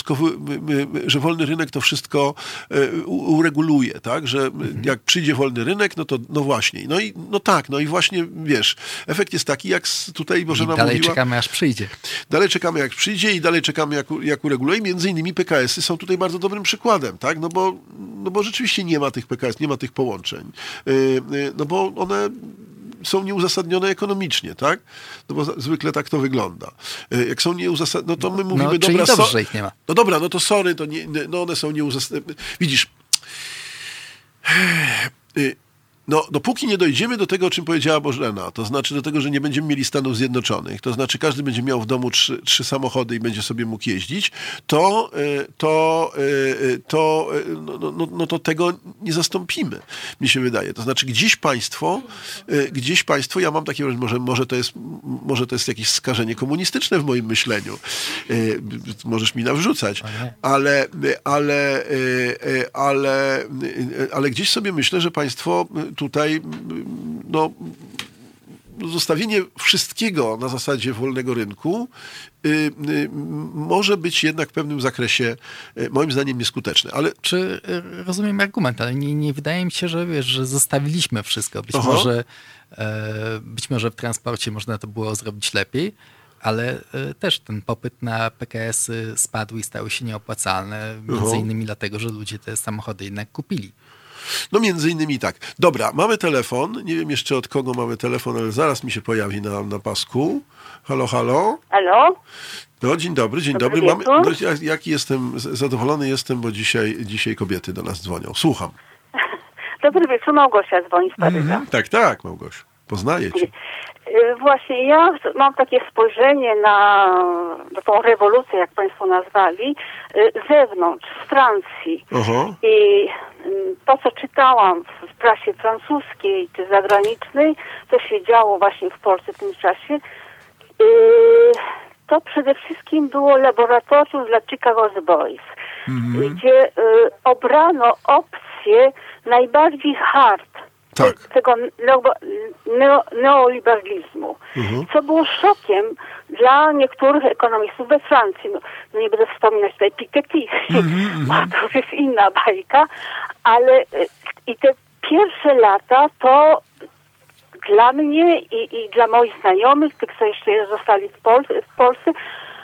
rynek to wszystko ureguluje, tak? Że jak przyjdzie wolny rynek, no to no właśnie. No i właśnie, wiesz, efekt jest taki, jak tutaj Bożena mówiła. Dalej czekamy, aż przyjdzie. Dalej czekamy, jak przyjdzie i dalej czekamy, jak ureguluje. Między innymi PKS-y są tutaj bardzo dobrym przykładem, tak? No bo rzeczywiście nie ma tych PKS, nie ma tych połączeń. No bo one są nieuzasadnione ekonomicznie, tak? No bo zwykle tak to wygląda. Jak są nieuzasadnione, no to my mówimy, czyli dobra, dobrze, że ich nie ma. No dobra, no to sorry, to nie, no one są nieuzasadnione. Widzisz, no, dopóki nie dojdziemy do tego, o czym powiedziała Bożena, to znaczy do tego, że nie będziemy mieli Stanów Zjednoczonych, to znaczy każdy będzie miał w domu trzy samochody i będzie sobie mógł jeździć, to tego nie zastąpimy, mi się wydaje. To znaczy gdzieś państwo, ja mam takie wrażenie, może to jest jakieś skażenie komunistyczne w moim myśleniu. Możesz mi nawrzucać, ale gdzieś sobie myślę, że państwo tutaj zostawienie wszystkiego na zasadzie wolnego rynku może być jednak w pewnym zakresie, moim zdaniem, nieskuteczne. Ale Czy rozumiem argument, ale nie wydaje mi się, że wiesz, że zostawiliśmy wszystko. Być może w transporcie można to było zrobić lepiej, ale też ten popyt na PKS-y spadł i stały się nieopłacalne, między innymi dlatego, że ludzie te samochody jednak kupili. no między innymi tak. Dobra, mamy telefon. Nie wiem jeszcze od kogo mamy telefon, ale zaraz mi się pojawi na pasku. Halo, halo. Halo? No, dzień dobry, dzień dobry. Dobry wieczór. Jaki jestem, zadowolony jestem, bo dzisiaj kobiety do nas dzwonią. Słucham. Dobry wieczór, Małgosia dzwoni z Paryża. Tak, Małgosiu. Poznaję cię. Właśnie ja mam takie spojrzenie na tą rewolucję, jak państwo nazwali, z zewnątrz, z Francji. Oho. I to, co czytałam w prasie francuskiej czy zagranicznej, co się działo właśnie w Polsce w tym czasie, to przede wszystkim było laboratorium dla Chicago's Boys, gdzie obrano opcję najbardziej hard tego neoliberalizmu, co było szokiem dla niektórych ekonomistów we Francji. No nie będę wspominać tutaj Piketty, bo to już jest inna bajka, ale i te pierwsze lata to dla mnie i dla moich znajomych, tych, co jeszcze zostali w Polsce,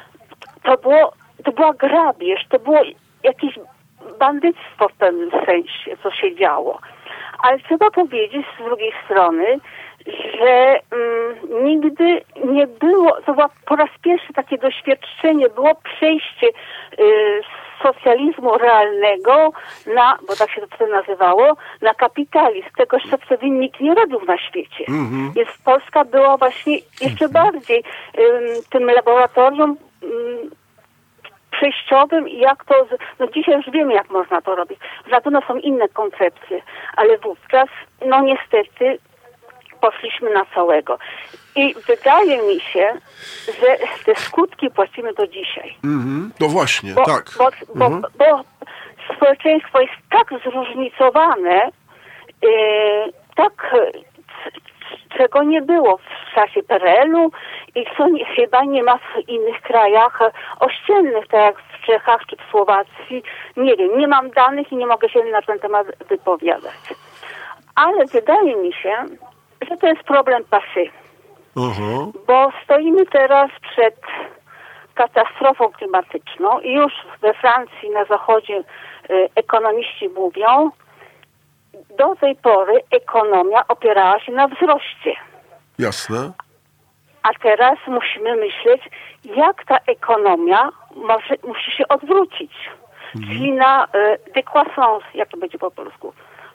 to była grabież, to było jakieś bandyctwo w pewnym sensie, co się działo. Ale trzeba powiedzieć z drugiej strony, że nigdy nie było, to było po raz pierwszy takie doświadczenie, było przejście z socjalizmu realnego na, bo tak się to wtedy nazywało, na kapitalizm. Tego jeszcze wtedy nikt nie robił na świecie. Więc Polska była właśnie jeszcze bardziej tym laboratorium przejściowym i jak to, no dzisiaj już wiemy, jak można to robić. Na pewno są inne koncepcje, ale wówczas, no niestety, poszliśmy na całego. I wydaje mi się, że te skutki płacimy do dzisiaj. No właśnie, tak. Bo społeczeństwo jest tak zróżnicowane, tak, czego nie było w czasie PRL-u i co chyba nie ma w innych krajach ościennych, tak jak w Czechach czy w Słowacji. Nie wiem, nie mam danych i nie mogę się na ten temat wypowiadać. Ale wydaje mi się, że to jest problem passé. Bo stoimy teraz przed katastrofą klimatyczną i już we Francji, na zachodzie ekonomiści mówią, do tej pory ekonomia opierała się na wzroście. Jasne. A teraz musimy myśleć, jak ta ekonomia musi się odwrócić. Czyli na décroissance, jak to będzie po polsku.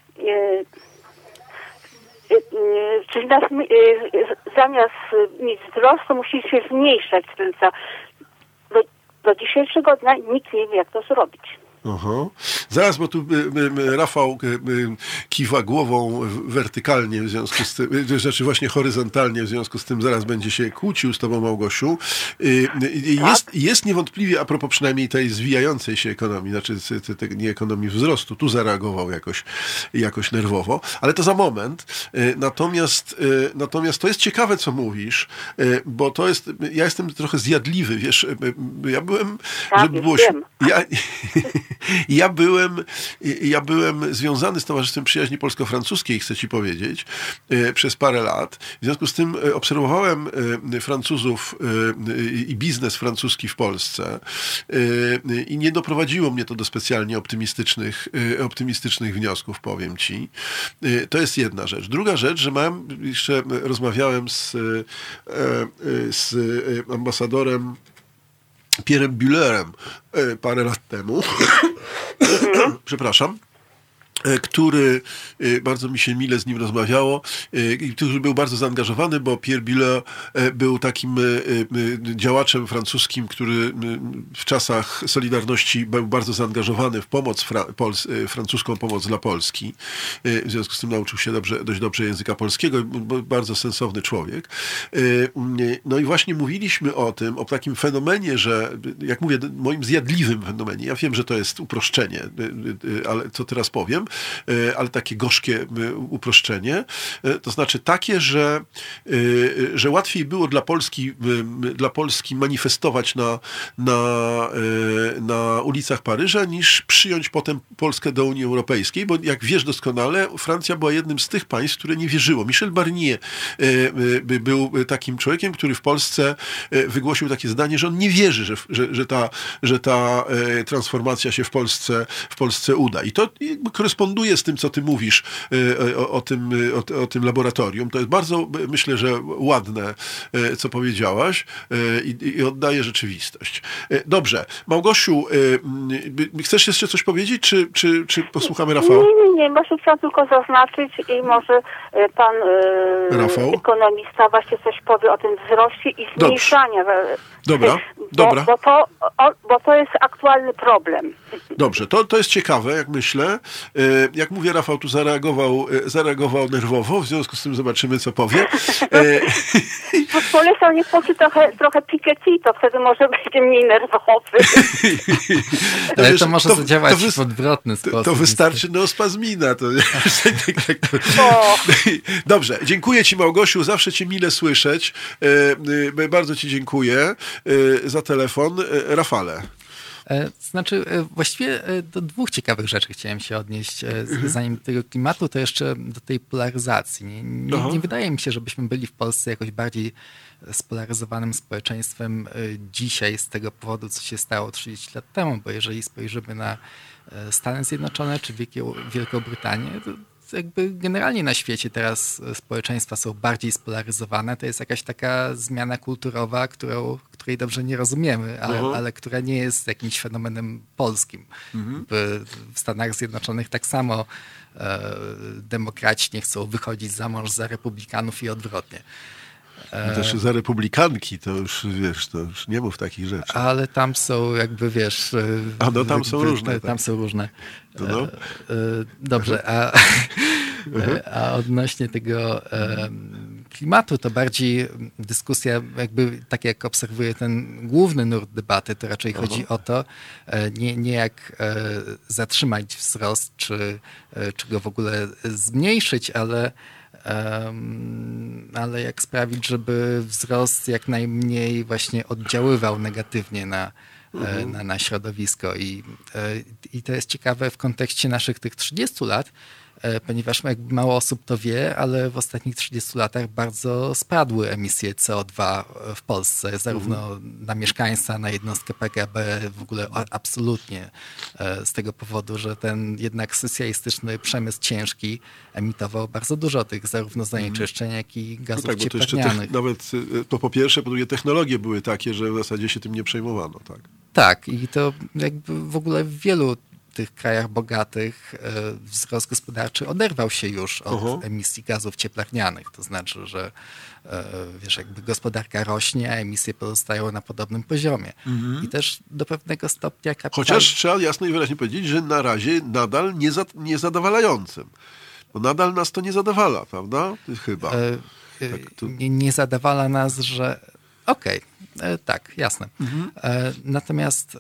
Czyli zamiast mieć wzrost, to musi się zmniejszać. Do dzisiejszego dnia nikt nie wie, jak to zrobić. Zaraz, bo tu Rafał kiwa głową wertykalnie w związku z tym, znaczy właśnie horyzontalnie, w związku z tym zaraz będzie się kłócił z tobą, Małgosiu. Jest niewątpliwie, a propos przynajmniej tej zwijającej się ekonomii, znaczy nie ekonomii wzrostu, tu zareagował jakoś nerwowo, ale to za moment. Natomiast to jest ciekawe, co mówisz, bo to jest, ja jestem trochę zjadliwy, wiesz, ja byłem, żeby było... Ja byłem związany z Towarzystwem Przyjaźni Polsko-Francuskiej, chcę ci powiedzieć, przez parę lat. W związku z tym obserwowałem Francuzów i biznes francuski w Polsce i nie doprowadziło mnie to do specjalnie optymistycznych wniosków, powiem ci. To jest jedna rzecz. Druga rzecz, że rozmawiałem z ambasadorem Pierre'em Bullerem parę lat temu, przepraszam, który bardzo mi się mile z nim rozmawiało, który był bardzo zaangażowany, bo Pierre Buller był takim działaczem francuskim, który w czasach Solidarności był bardzo zaangażowany w pomoc, francuską pomoc dla Polski. W związku z tym nauczył się dość dobrze języka polskiego, bardzo sensowny człowiek. No i właśnie mówiliśmy o tym, o takim fenomenie, że, jak mówię, moim zjadliwym fenomenie, ja wiem, że to jest uproszczenie, ale co teraz powiem, ale takie gorzkie uproszczenie. To znaczy takie, że łatwiej było dla Polski manifestować na ulicach Paryża, niż przyjąć potem Polskę do Unii Europejskiej, bo jak wiesz doskonale, Francja była jednym z tych państw, które nie wierzyło. Michel Barnier był takim człowiekiem, który w Polsce wygłosił takie zdanie, że on nie wierzy, że ta transformacja się w Polsce uda. I to jakby koresponduje z tym, co ty mówisz o tym laboratorium. To jest bardzo, myślę, że ładne, co powiedziałaś i oddaje rzeczywistość. Dobrze. Małgosiu, chcesz jeszcze coś powiedzieć, czy posłuchamy Rafała? Nie, właśnie chciałam tylko zaznaczyć i może pan ekonomista właśnie coś powie o tym wzroście i zmniejszaniu. Dobra. Bo to jest aktualny problem. Dobrze, to jest ciekawe, jak myślę. Jak mówię, Rafał tu zareagował nerwowo, w związku z tym zobaczymy, co powie. Polecam niech poczy trochę Piketty, to wtedy może będzie mniej nerwowy. Ale to może zadziałać w odwrotny sposób. To wystarczy neospazmina. Dobrze, dziękuję ci, Małgosiu, zawsze cię mile słyszeć. Bardzo ci dziękuję za telefon. Rafale. Znaczy, właściwie do dwóch ciekawych rzeczy chciałem się odnieść. Zanim do tego klimatu, to jeszcze do tej polaryzacji. Nie wydaje mi się, żebyśmy byli w Polsce jakoś bardziej spolaryzowanym społeczeństwem dzisiaj z tego powodu, co się stało 30 lat temu, bo jeżeli spojrzymy na Stany Zjednoczone czy Wielką Brytanię, to jakby generalnie na świecie teraz społeczeństwa są bardziej spolaryzowane. To jest jakaś taka zmiana kulturowa, której dobrze nie rozumiemy, ale która nie jest jakimś fenomenem polskim. W Stanach Zjednoczonych tak samo demokraci nie chcą wychodzić za mąż za republikanów i odwrotnie. Też za republikanki, to już wiesz, to już nie mów takich rzeczy. Ale tam są jakby, wiesz... tam są różne. Tam są różne. No. Dobrze, a odnośnie tego klimatu, to bardziej dyskusja, jakby tak jak obserwuję ten główny nurt debaty, to raczej chodzi o to, nie jak zatrzymać wzrost, czy go w ogóle zmniejszyć, ale jak sprawić, żeby wzrost jak najmniej właśnie oddziaływał negatywnie na środowisko. I to jest ciekawe w kontekście naszych tych 30 lat, ponieważ jakby mało osób to wie, ale w ostatnich 30 latach bardzo spadły emisje CO2 w Polsce, zarówno na mieszkańca, na jednostkę PKB, w ogóle absolutnie z tego powodu, że ten jednak socjalistyczny przemysł ciężki emitował bardzo dużo tych zarówno zanieczyszczeń, jak i gazów cieplarnianych. Nawet to po pierwsze, po drugie technologie były takie, że w zasadzie się tym nie przejmowano. Tak, i to jakby w ogóle w wielu tych krajach bogatych wzrost gospodarczy oderwał się już od emisji gazów cieplarnianych. To znaczy, że wiesz, jakby gospodarka rośnie, a emisje pozostają na podobnym poziomie. I też do pewnego stopnia Chociaż trzeba jasno i wyraźnie powiedzieć, że na razie nadal niezadowalającym. Bo nadal nas to nie zadowala, prawda? Chyba. Nie zadowala nas, że... Okej, tak, jasne. Natomiast...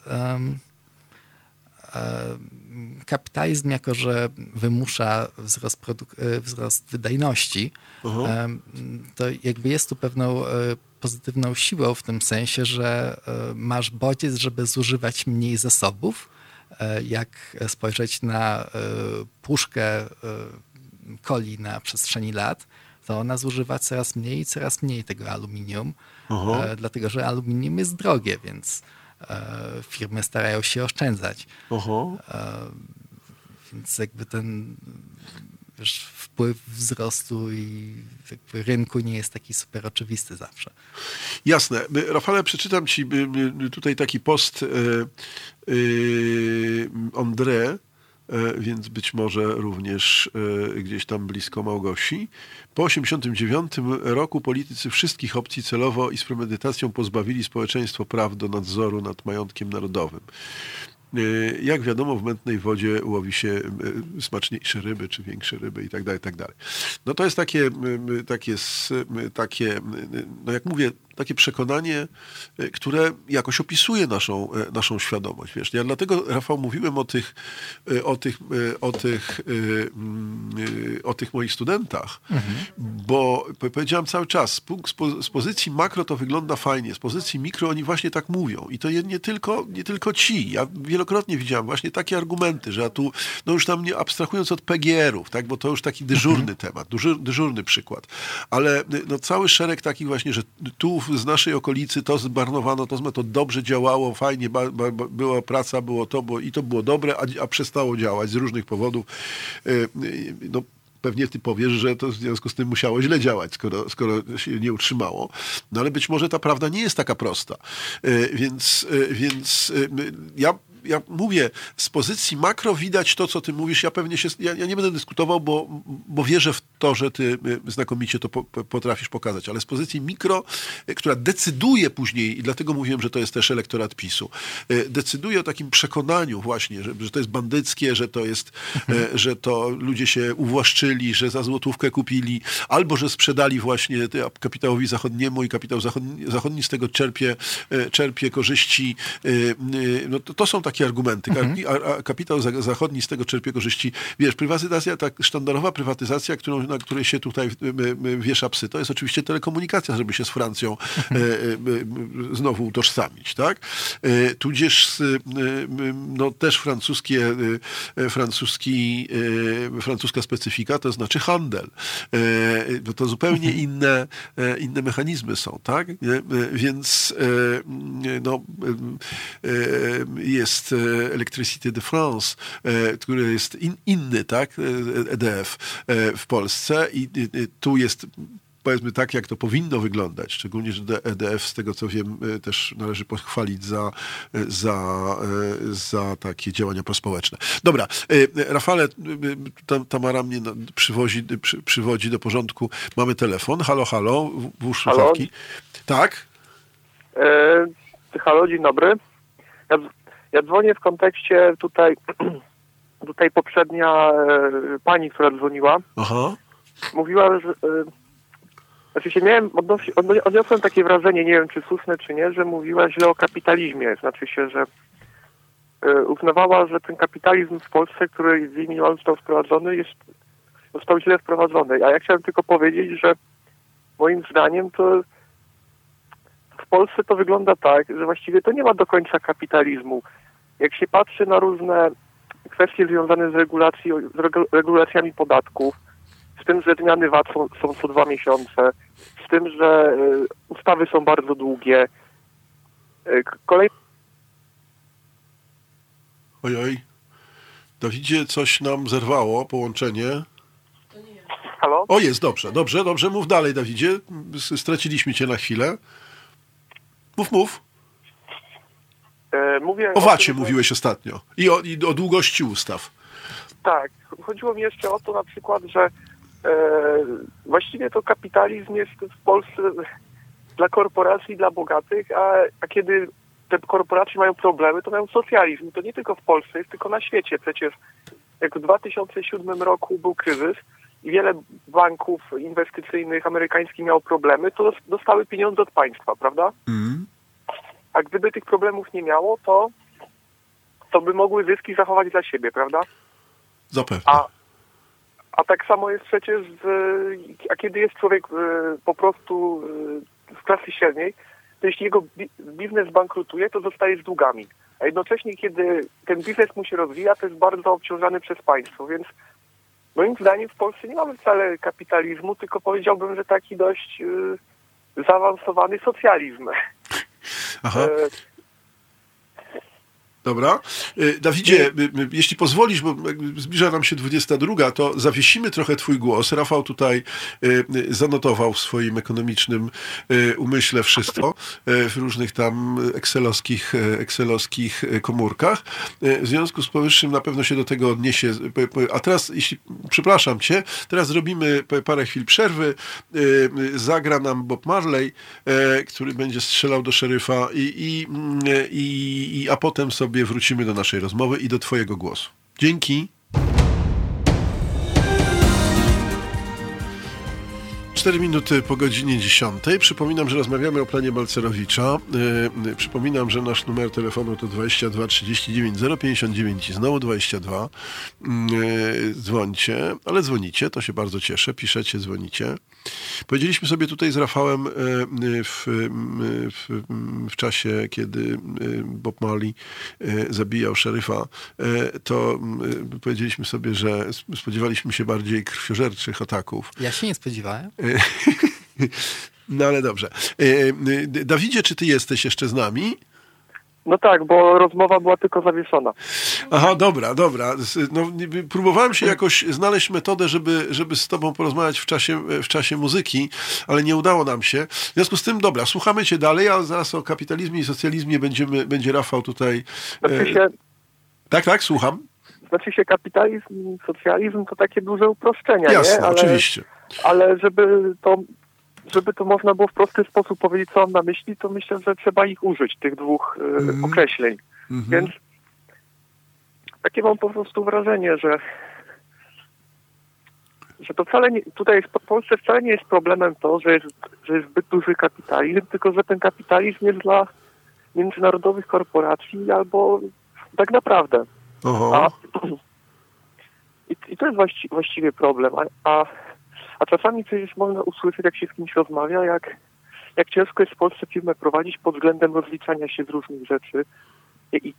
kapitalizm, jako że wymusza wzrost wydajności, to jakby jest tu pewną pozytywną siłą w tym sensie, że masz bodziec, żeby zużywać mniej zasobów. Jak spojrzeć na puszkę coli na przestrzeni lat, to ona zużywa coraz mniej tego aluminium, dlatego że aluminium jest drogie, więc firmy starają się oszczędzać. Więc jakby ten wpływ wzrostu i jakby rynku nie jest taki super oczywisty zawsze. Jasne. Rafale, przeczytam ci tutaj taki post André, więc być może również gdzieś tam blisko Małgosi. Po 1989 roku politycy wszystkich opcji celowo i z premedytacją pozbawili społeczeństwo praw do nadzoru nad majątkiem narodowym. Jak wiadomo, w mętnej wodzie łowi się smaczniejsze ryby, czy większe ryby i tak dalej, i tak dalej. No to jest takie, no jak mówię, takie przekonanie, które jakoś opisuje naszą świadomość. Wiesz, ja dlatego, Rafał, mówiłem o tych moich studentach, bo powiedziałem cały czas, z pozycji makro to wygląda fajnie, z pozycji mikro oni właśnie tak mówią. I to nie tylko ci. Ja wielokrotnie widziałem właśnie takie argumenty, że ja tu, no już tam nie abstrahując od PGR-ów, tak, bo to już taki dyżurny temat, dyżurny przykład. Ale no, cały szereg takich właśnie, że tu z naszej okolicy to zmarnowano, to dobrze działało, fajnie, była praca, było to, i to było dobre, a przestało działać z różnych powodów. No, pewnie ty powiesz, że to w związku z tym musiało źle działać, skoro się nie utrzymało. No ale być może ta prawda nie jest taka prosta. Więc ja mówię, z pozycji makro widać to, co ty mówisz. Ja nie będę dyskutował, bo wierzę w to, że ty znakomicie to potrafisz pokazać. Ale z pozycji mikro, która decyduje później, i dlatego mówiłem, że to jest też elektorat PiS-u, decyduje o takim przekonaniu właśnie, że to jest bandyckie, że to ludzie się uwłaszczyli, że za złotówkę kupili, albo że sprzedali właśnie kapitałowi zachodniemu i kapitał zachodni z tego czerpie korzyści. No to są takie argumenty. Kapitał zachodni z tego czerpie korzyści. Wiesz, prywatyzacja, ta sztandarowa prywatyzacja, na której się tutaj wiesza psy, to jest oczywiście telekomunikacja, żeby się z Francją znowu utożsamić, tak? Tudzież no, też francuska specyfika, to znaczy handel. To zupełnie inne mechanizmy są, tak? Więc no, jest Electricité de France, który jest inny, tak? EDF w Polsce i tu jest, powiedzmy, tak, jak to powinno wyglądać. Szczególnie, że EDF, z tego co wiem, też należy pochwalić za takie działania prospołeczne. Dobra, Rafale, Tamara mnie przywodzi do porządku. Mamy telefon. Halo, włóż słuchawki. Tak? Halo, dzień dobry. Ja dzwonię w kontekście tutaj poprzednia pani, która dzwoniła. Aha. Mówiła, że znaczy odniosłem takie wrażenie, nie wiem czy słuszne czy nie, że mówiła źle o kapitalizmie. Znaczy się, że uznawała, że ten kapitalizm w Polsce, który w imieniu został wprowadzony, został źle wprowadzony. A ja chciałem tylko powiedzieć, że moim zdaniem to w Polsce to wygląda tak, że właściwie to nie ma do końca kapitalizmu. Jak się patrzy na różne kwestie związane z regulacjami podatków, z tym, że zmiany VAT są co 2 miesiące, z tym, że ustawy są bardzo długie. Ojoj. Dawidzie, coś nam zerwało, połączenie. Halo? O, jest, dobrze, mów dalej, Dawidzie. Straciliśmy cię na chwilę. Mów. Mówię o VAT-ie mówiłeś ostatnio i o długości ustaw. Tak, chodziło mi jeszcze o to na przykład, że właściwie to kapitalizm jest w Polsce dla korporacji, dla bogatych, a kiedy te korporacje mają problemy, to mają socjalizm. To nie tylko w Polsce, jest tylko na świecie. Przecież jak w 2007 roku był kryzys i wiele banków inwestycyjnych amerykańskich miało problemy, to dostały pieniądze od państwa, prawda? A gdyby tych problemów nie miało, to by mogły zyski zachować dla siebie, prawda? Zapewne. A tak samo jest przecież, a kiedy jest człowiek po prostu z klasy średniej, to jeśli jego biznes bankrutuje, to zostaje z długami. A jednocześnie, kiedy ten biznes mu się rozwija, to jest bardzo obciążany przez państwo. Więc moim zdaniem w Polsce nie mamy wcale kapitalizmu, tylko powiedziałbym, że taki dość zaawansowany socjalizm. Aha. Dobra. Dawidzie, jeśli pozwolisz, bo zbliża nam się 22, to zawiesimy trochę twój głos. Rafał tutaj zanotował w swoim ekonomicznym umyśle wszystko w różnych tam excelowskich komórkach. W związku z powyższym na pewno się do tego odniesie. A teraz, przepraszam cię, teraz zrobimy parę chwil przerwy. Zagra nam Bob Marley, który będzie strzelał do szeryfa a potem sobie wrócimy do naszej rozmowy i do twojego głosu. Dzięki. 4 minuty po godzinie 10. Przypominam, że rozmawiamy o planie Balcerowicza. Przypominam, że nasz numer telefonu to 22 39 059 i znowu 22. Dzwońcie, ale dzwonicie, to się bardzo cieszę. Piszecie, dzwonicie. Powiedzieliśmy sobie tutaj z Rafałem w czasie, kiedy Bob Marley zabijał szeryfa, to powiedzieliśmy sobie, że spodziewaliśmy się bardziej krwiożerczych ataków. Ja się nie spodziewałem. No ale dobrze. Dawidzie, czy ty jesteś jeszcze z nami? No tak, bo rozmowa była tylko zawieszona. Aha, dobra. No, próbowałem się jakoś znaleźć metodę, żeby z tobą porozmawiać w czasie muzyki, ale nie udało nam się. W związku z tym, dobra, słuchamy cię dalej, a zaraz o kapitalizmie i socjalizmie będzie Rafał tutaj... Tak, słucham. Znaczy się kapitalizm, socjalizm to takie duże uproszczenia, jasne, nie? Oczywiście. Ale żeby to można było w prosty sposób powiedzieć, co on na myśli, to myślę, że trzeba ich użyć, tych dwóch określeń. Więc takie mam po prostu wrażenie, że to wcale nie, tutaj w Polsce wcale nie jest problemem to, że jest zbyt duży kapitalizm, tylko że ten kapitalizm jest dla międzynarodowych korporacji albo tak naprawdę. I to jest właściwie problem. A czasami przecież można usłyszeć, jak się z kimś rozmawia, jak ciężko jest w Polsce firmę prowadzić pod względem rozliczania się z różnych rzeczy. I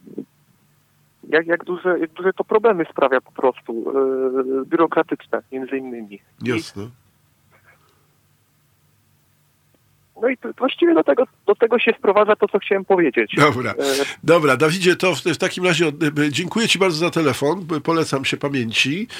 jak duże to problemy sprawia po prostu, biurokratyczne między innymi. Jasne. No i właściwie do tego się sprowadza to, co chciałem powiedzieć. Dobra, Dawidzie, to w takim razie dziękuję ci bardzo za telefon, polecam się pamięci.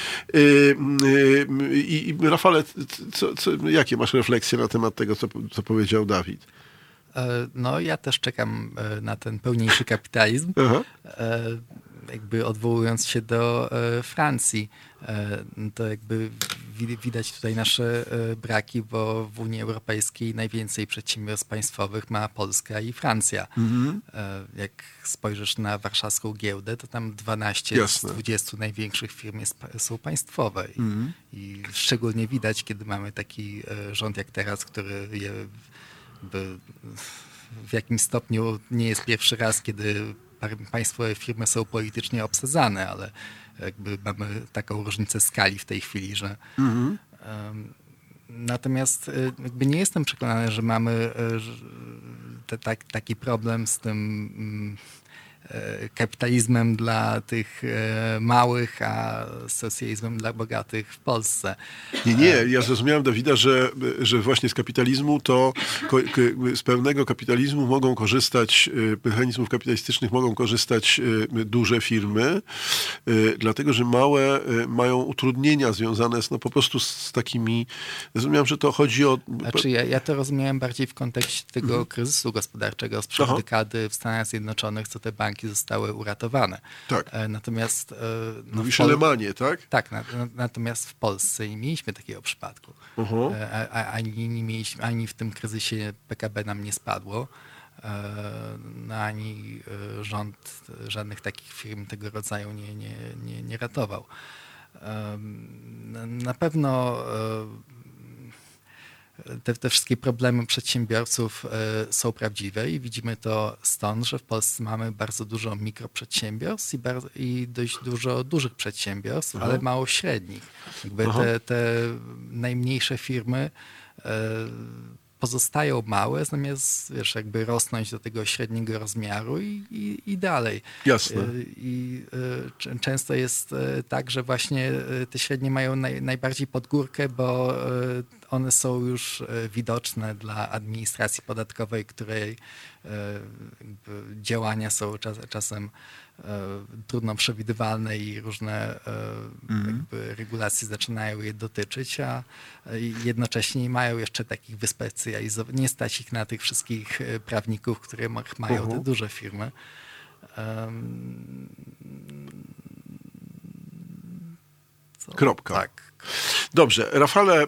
I Rafale, jakie masz refleksje na temat tego, co powiedział Dawid? No, ja też czekam na ten pełniejszy kapitalizm. Jakby odwołując się do Francji, to jakby widać tutaj nasze braki, bo w Unii Europejskiej najwięcej przedsiębiorstw państwowych ma Polska i Francja. Jak spojrzysz na warszawską giełdę, to tam 12 z 20 największych firm są państwowe. I szczególnie widać, kiedy mamy taki rząd jak teraz, który w jakimś stopniu nie jest pierwszy raz, kiedy państwowe firmy są politycznie obsadzane, ale jakby mamy taką różnicę skali w tej chwili, że natomiast jakby nie jestem przekonany, że mamy taki problem z tym kapitalizmem dla tych małych, a socjalizmem dla bogatych w Polsce. Nie, ja zrozumiałem, Dawida, że właśnie z kapitalizmu z pełnego kapitalizmu mogą korzystać, mechanizmów kapitalistycznych mogą korzystać duże firmy, dlatego, że małe mają utrudnienia związane po prostu z takimi, zrozumiałem, że to chodzi o... Znaczy ja to rozumiałem bardziej w kontekście tego kryzysu gospodarczego sprzed dekady w Stanach Zjednoczonych, co te banki zostały uratowane. Tak. Natomiast... Mówisz o Lehmanie, tak? Tak, natomiast w Polsce nie mieliśmy takiego przypadku. Ani w tym kryzysie PKB nam nie spadło, ani rząd żadnych takich firm tego rodzaju nie ratował. Na pewno te wszystkie problemy przedsiębiorców są prawdziwe i widzimy to stąd, że w Polsce mamy bardzo dużo mikroprzedsiębiorstw i dość dużo dużych przedsiębiorstw, ale mało średnich. Jakby te najmniejsze firmy pozostają małe, zamiast jakby rosnąć do tego średniego rozmiaru i dalej. Jasne. I często jest tak, że właśnie te średnie mają najbardziej pod górkę, bo one są już widoczne dla administracji podatkowej, której działania są czasem trudno przewidywalne i różne jakby regulacje zaczynają je dotyczyć, a jednocześnie nie mają jeszcze takich wyspecjalizowanych, nie stać ich na tych wszystkich prawników, które mają te duże firmy. Kropka. Tak. Dobrze, Rafale,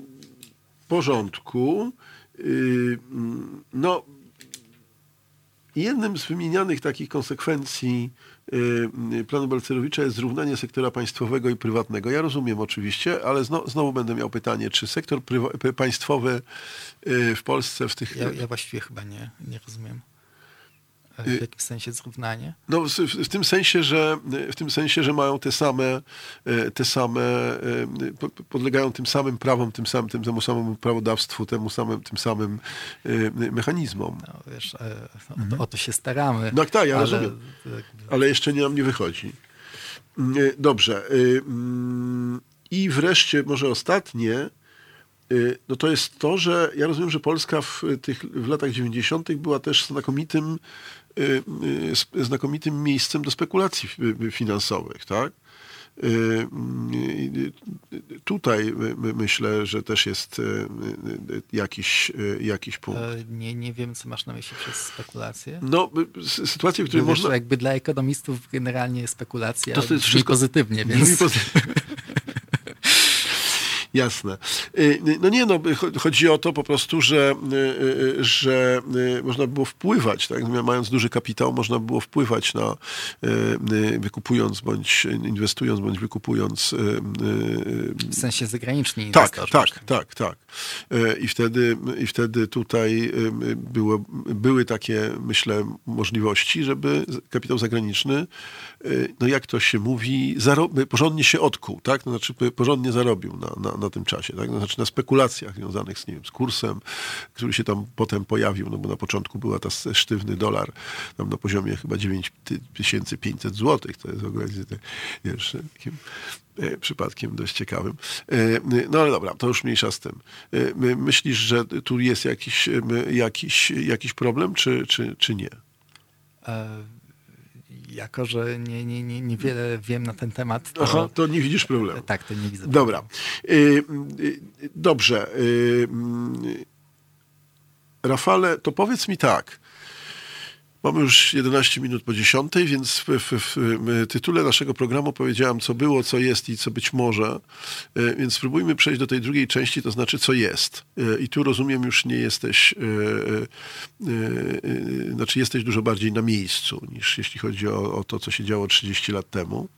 w porządku. No, jednym z wymienianych takich konsekwencji planu Balcerowicza jest zrównanie sektora państwowego i prywatnego. Ja rozumiem oczywiście, ale znowu będę miał pytanie, czy sektor państwowy w Polsce w tych... Ja właściwie chyba nie rozumiem. W jakim sensie zrównanie? No w tym sensie, że mają te same podlegają tym samym prawom, temu samemu prawodawstwu, tym samym mechanizmom. No wiesz, o to się staramy. No tak, ja rozumiem. Ale jeszcze nam nie wychodzi. Dobrze. I wreszcie może ostatnie, no to jest to, że ja rozumiem, że Polska w latach 90. była też znakomitym miejscem do spekulacji finansowych, tak? Tutaj myślę, że też jest jakiś punkt. Nie wiem, co masz na myśli przez spekulację. No, sytuacje, w której można... Jakby dla ekonomistów generalnie spekulacja to jest wszystko pozytywnie, więc... Jasne. No nie, chodzi o to po prostu, że można było wpływać, tak? Mając duży kapitał, można było wpływać na wykupując, bądź inwestując, bądź wykupując. W sensie zagraniczni inwestorzy. Tak. I wtedy tutaj były takie, myślę, możliwości, żeby kapitał zagraniczny, no jak to się mówi, porządnie się odkuł, tak? To znaczy porządnie zarobił na tym czasie, tak? To znaczy na spekulacjach związanych z, nie wiem, z kursem, który się tam potem pojawił, no bo na początku była ta sztywny dolar tam na poziomie chyba 9500 złotych, to jest w ogóle, wiesz, takim przypadkiem dość ciekawym. No ale dobra, to już mniejsza z tym. Myślisz, że tu jest jakiś problem, czy nie? Jako że niewiele wiem na ten temat, to... Aha, to nie widzisz problemu. Tak, to nie widzę. Dobra. Dobrze. Rafale, to powiedz mi tak. Mamy już 11 minut po 10, więc w tytule naszego programu powiedziałem, co było, co jest i co być może. Więc spróbujmy przejść do tej drugiej części, to znaczy, co jest. I tu rozumiem, już nie jesteś, znaczy jesteś dużo bardziej na miejscu, niż jeśli chodzi o to, co się działo 30 lat temu.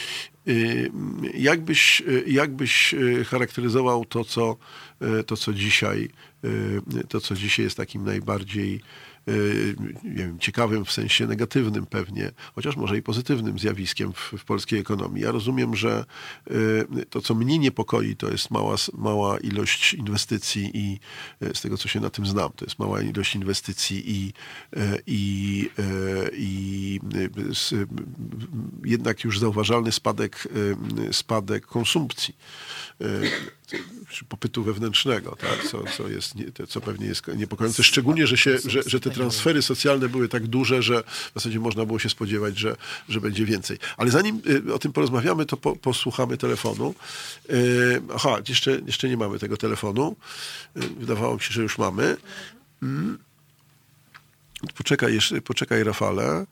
Jakbyś charakteryzował to, co dzisiaj jest takim najbardziej nie wiem, ciekawym w sensie negatywnym pewnie, chociaż może i pozytywnym zjawiskiem w polskiej ekonomii. Ja rozumiem, że to, co mnie niepokoi, to jest mała ilość inwestycji i z tego, co się na tym znam, to jest mała ilość inwestycji i jednak już zauważalny spadek konsumpcji, popytu wewnętrznego, tak? Co pewnie jest niepokojące, szczególnie, że te transfery socjalne były tak duże, że w zasadzie można było się spodziewać, że będzie więcej. Ale zanim o tym porozmawiamy, to posłuchamy telefonu. Aha, jeszcze nie mamy tego telefonu. Wydawało mi się, że już mamy. Poczekaj, Rafale.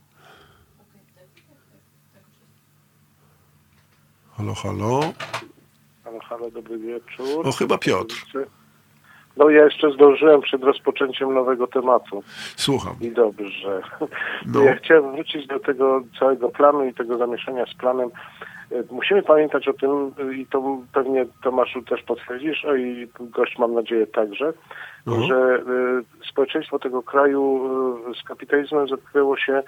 Halo. Halo, dobry wieczór. O, chyba Piotr. No ja jeszcze zdążyłem przed rozpoczęciem nowego tematu. Słucham. I dobrze. No. Ja chciałem wrócić do tego całego planu i tego zamieszania z planem. Musimy pamiętać o tym, i to pewnie Tomaszu też potwierdzisz, a i gość mam nadzieję także, że społeczeństwo tego kraju z kapitalizmem zetknęło się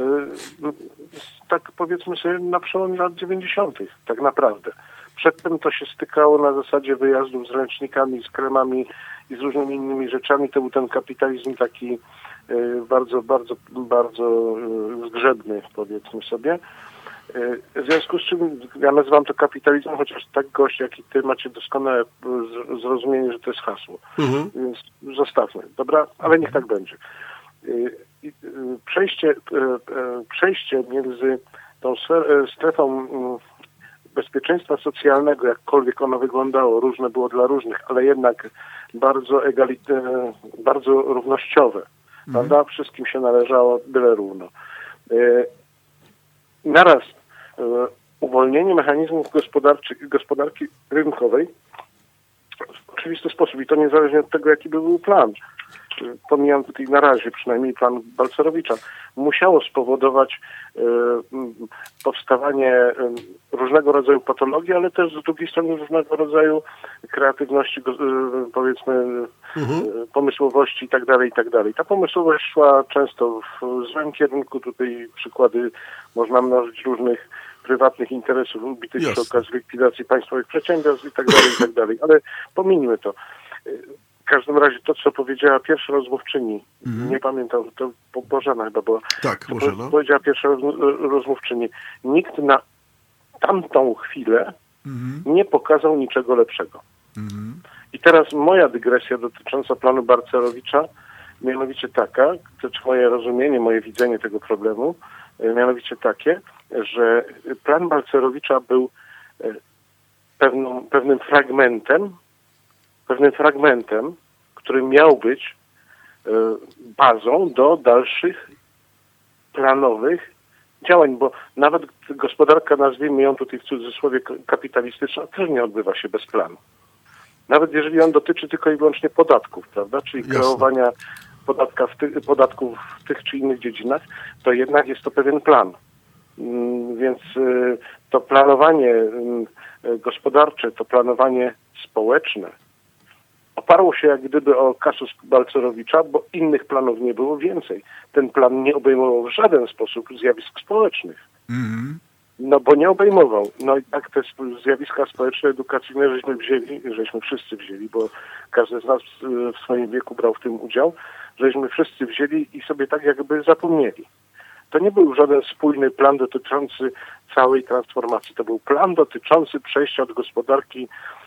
tak powiedzmy sobie na przełomie lat 90. tak naprawdę. Przedtem to się stykało na zasadzie wyjazdów z ręcznikami, z kremami i z różnymi innymi rzeczami. To był ten kapitalizm taki bardzo, bardzo, bardzo zgrzebny, powiedzmy sobie. W związku z czym ja nazywam to kapitalizmem, chociaż tak gość, jak i ty macie doskonałe zrozumienie, że to jest hasło. Więc zostawmy, dobra? Ale niech tak będzie. Przejście między tą strefą bezpieczeństwa socjalnego, jakkolwiek ono wyglądało, różne było dla różnych, ale jednak bardzo równościowe. Prawda? Wszystkim się należało byle równo. Naraz uwolnienie mechanizmów gospodarki rynkowej w oczywisty sposób, i to niezależnie od tego, jaki był plan, pomijam tutaj na razie przynajmniej plan Balcerowicza, musiało spowodować powstawanie różnego rodzaju patologii, ale też z drugiej strony różnego rodzaju kreatywności, powiedzmy, pomysłowości i tak dalej. Ta pomysłowość szła często w złym kierunku. Tutaj przykłady można mnożyć różnych prywatnych interesów ubitych przy okazji likwidacji państwowych przedsiębiorstw i tak dalej. Ale pomińmy to. W każdym razie to, co powiedziała pierwsza rozmówczyni, nie pamiętam, to Bożena chyba była. Tak, Bożena. Powiedziała pierwsza rozmówczyni. Nikt na tamtą chwilę nie pokazał niczego lepszego. I teraz moja dygresja dotycząca planu Balcerowicza, mianowicie taka, to czy moje rozumienie, moje widzenie tego problemu, mianowicie takie, że plan Balcerowicza był pewnym fragmentem, który miał być bazą do dalszych planowych działań, bo nawet gospodarka, nazwijmy ją tutaj w cudzysłowie kapitalistyczna, też nie odbywa się bez planu. Nawet jeżeli on dotyczy tylko i wyłącznie podatków, prawda, czyli kreowania podatków w tych czy innych dziedzinach, to jednak jest to pewien plan. Więc to planowanie gospodarcze, to planowanie społeczne oparło się jak gdyby o kasus Balcerowicza, bo innych planów nie było więcej. Ten plan nie obejmował w żaden sposób zjawisk społecznych. No bo nie obejmował. No i tak te zjawiska społeczne, edukacyjne żeśmy wszyscy wzięli, bo każdy z nas w swoim wieku brał w tym udział, żeśmy wszyscy wzięli i sobie tak jakby zapomnieli. To nie był żaden spójny plan dotyczący całej transformacji. To był plan dotyczący przejścia od gospodarki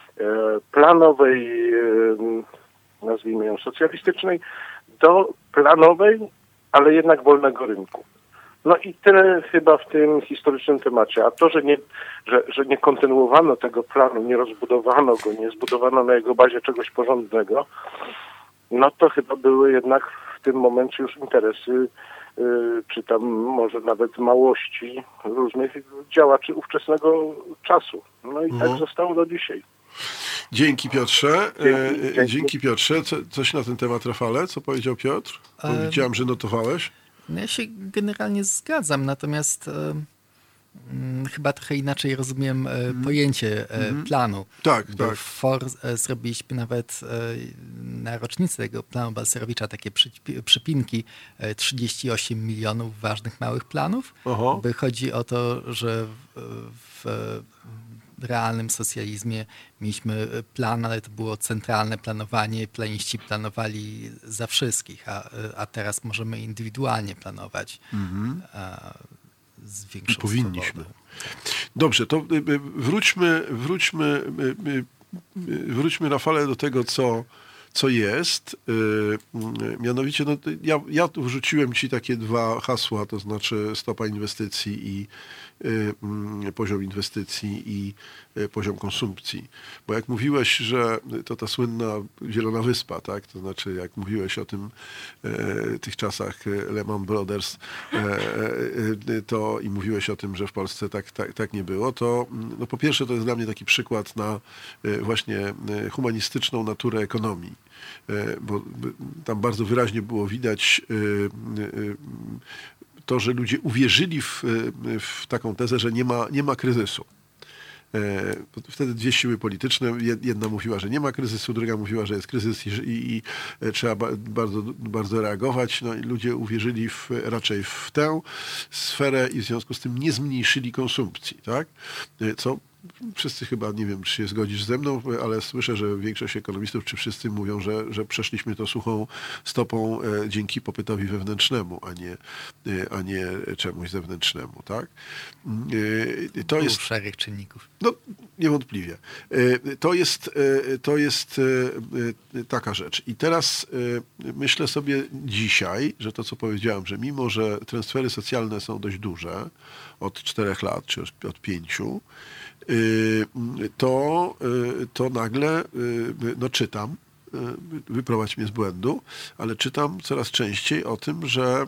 planowej, nazwijmy ją socjalistycznej, do planowej, ale jednak wolnego rynku. No i tyle chyba w tym historycznym temacie. A to, że nie kontynuowano tego planu, nie rozbudowano go, nie zbudowano na jego bazie czegoś porządnego, no to chyba były jednak w tym momencie już interesy, czy tam może nawet małości różnych działaczy ówczesnego czasu. No i tak zostało do dzisiaj. Dzięki Piotrze. Dzięki Piotrze. Coś na ten temat, Rafale? Co powiedział Piotr? Bo widziałem, że notowałeś. No ja się generalnie zgadzam, natomiast chyba trochę inaczej rozumiem pojęcie planu. Tak. W FOR zrobiliśmy nawet na rocznicę tego planu Balcerowicza takie przypinki 38 milionów ważnych małych planów. Bo chodzi o to, że w realnym socjalizmie mieliśmy plan, ale to było centralne planowanie. Planiści planowali za wszystkich, a teraz możemy indywidualnie planować z większą powinniśmy. swobodą. Dobrze, to wróćmy Rafale do tego, co jest. Mianowicie, no, ja tu wrzuciłem ci takie dwa hasła, to znaczy stopa inwestycji i poziom inwestycji i poziom konsumpcji. Bo jak mówiłeś, że to ta słynna Zielona Wyspa, tak? To znaczy jak mówiłeś o tym tych czasach Lehman Brothers to i mówiłeś o tym, że w Polsce tak nie było, to no po pierwsze to jest dla mnie taki przykład na właśnie humanistyczną naturę ekonomii. Bo tam bardzo wyraźnie było widać to, że ludzie uwierzyli w taką tezę, że nie ma kryzysu. Wtedy dwie siły polityczne, jedna mówiła, że nie ma kryzysu, druga mówiła, że jest kryzys i trzeba bardzo, bardzo reagować. No i ludzie uwierzyli raczej w tę sferę i w związku z tym nie zmniejszyli konsumpcji, tak? Co wszyscy chyba, nie wiem, czy się zgodzisz ze mną, ale słyszę, że większość ekonomistów, czy wszyscy mówią, że przeszliśmy to suchą stopą dzięki popytowi wewnętrznemu, a nie czemuś zewnętrznemu, tak? To jest szereg czynników. No, niewątpliwie. To jest taka rzecz. I teraz myślę sobie dzisiaj, że to, co powiedziałem, że mimo, że transfery socjalne są dość duże, od 4 lat, czy od 5, to nagle, no czytam, wyprowadź mnie z błędu, ale czytam coraz częściej o tym, że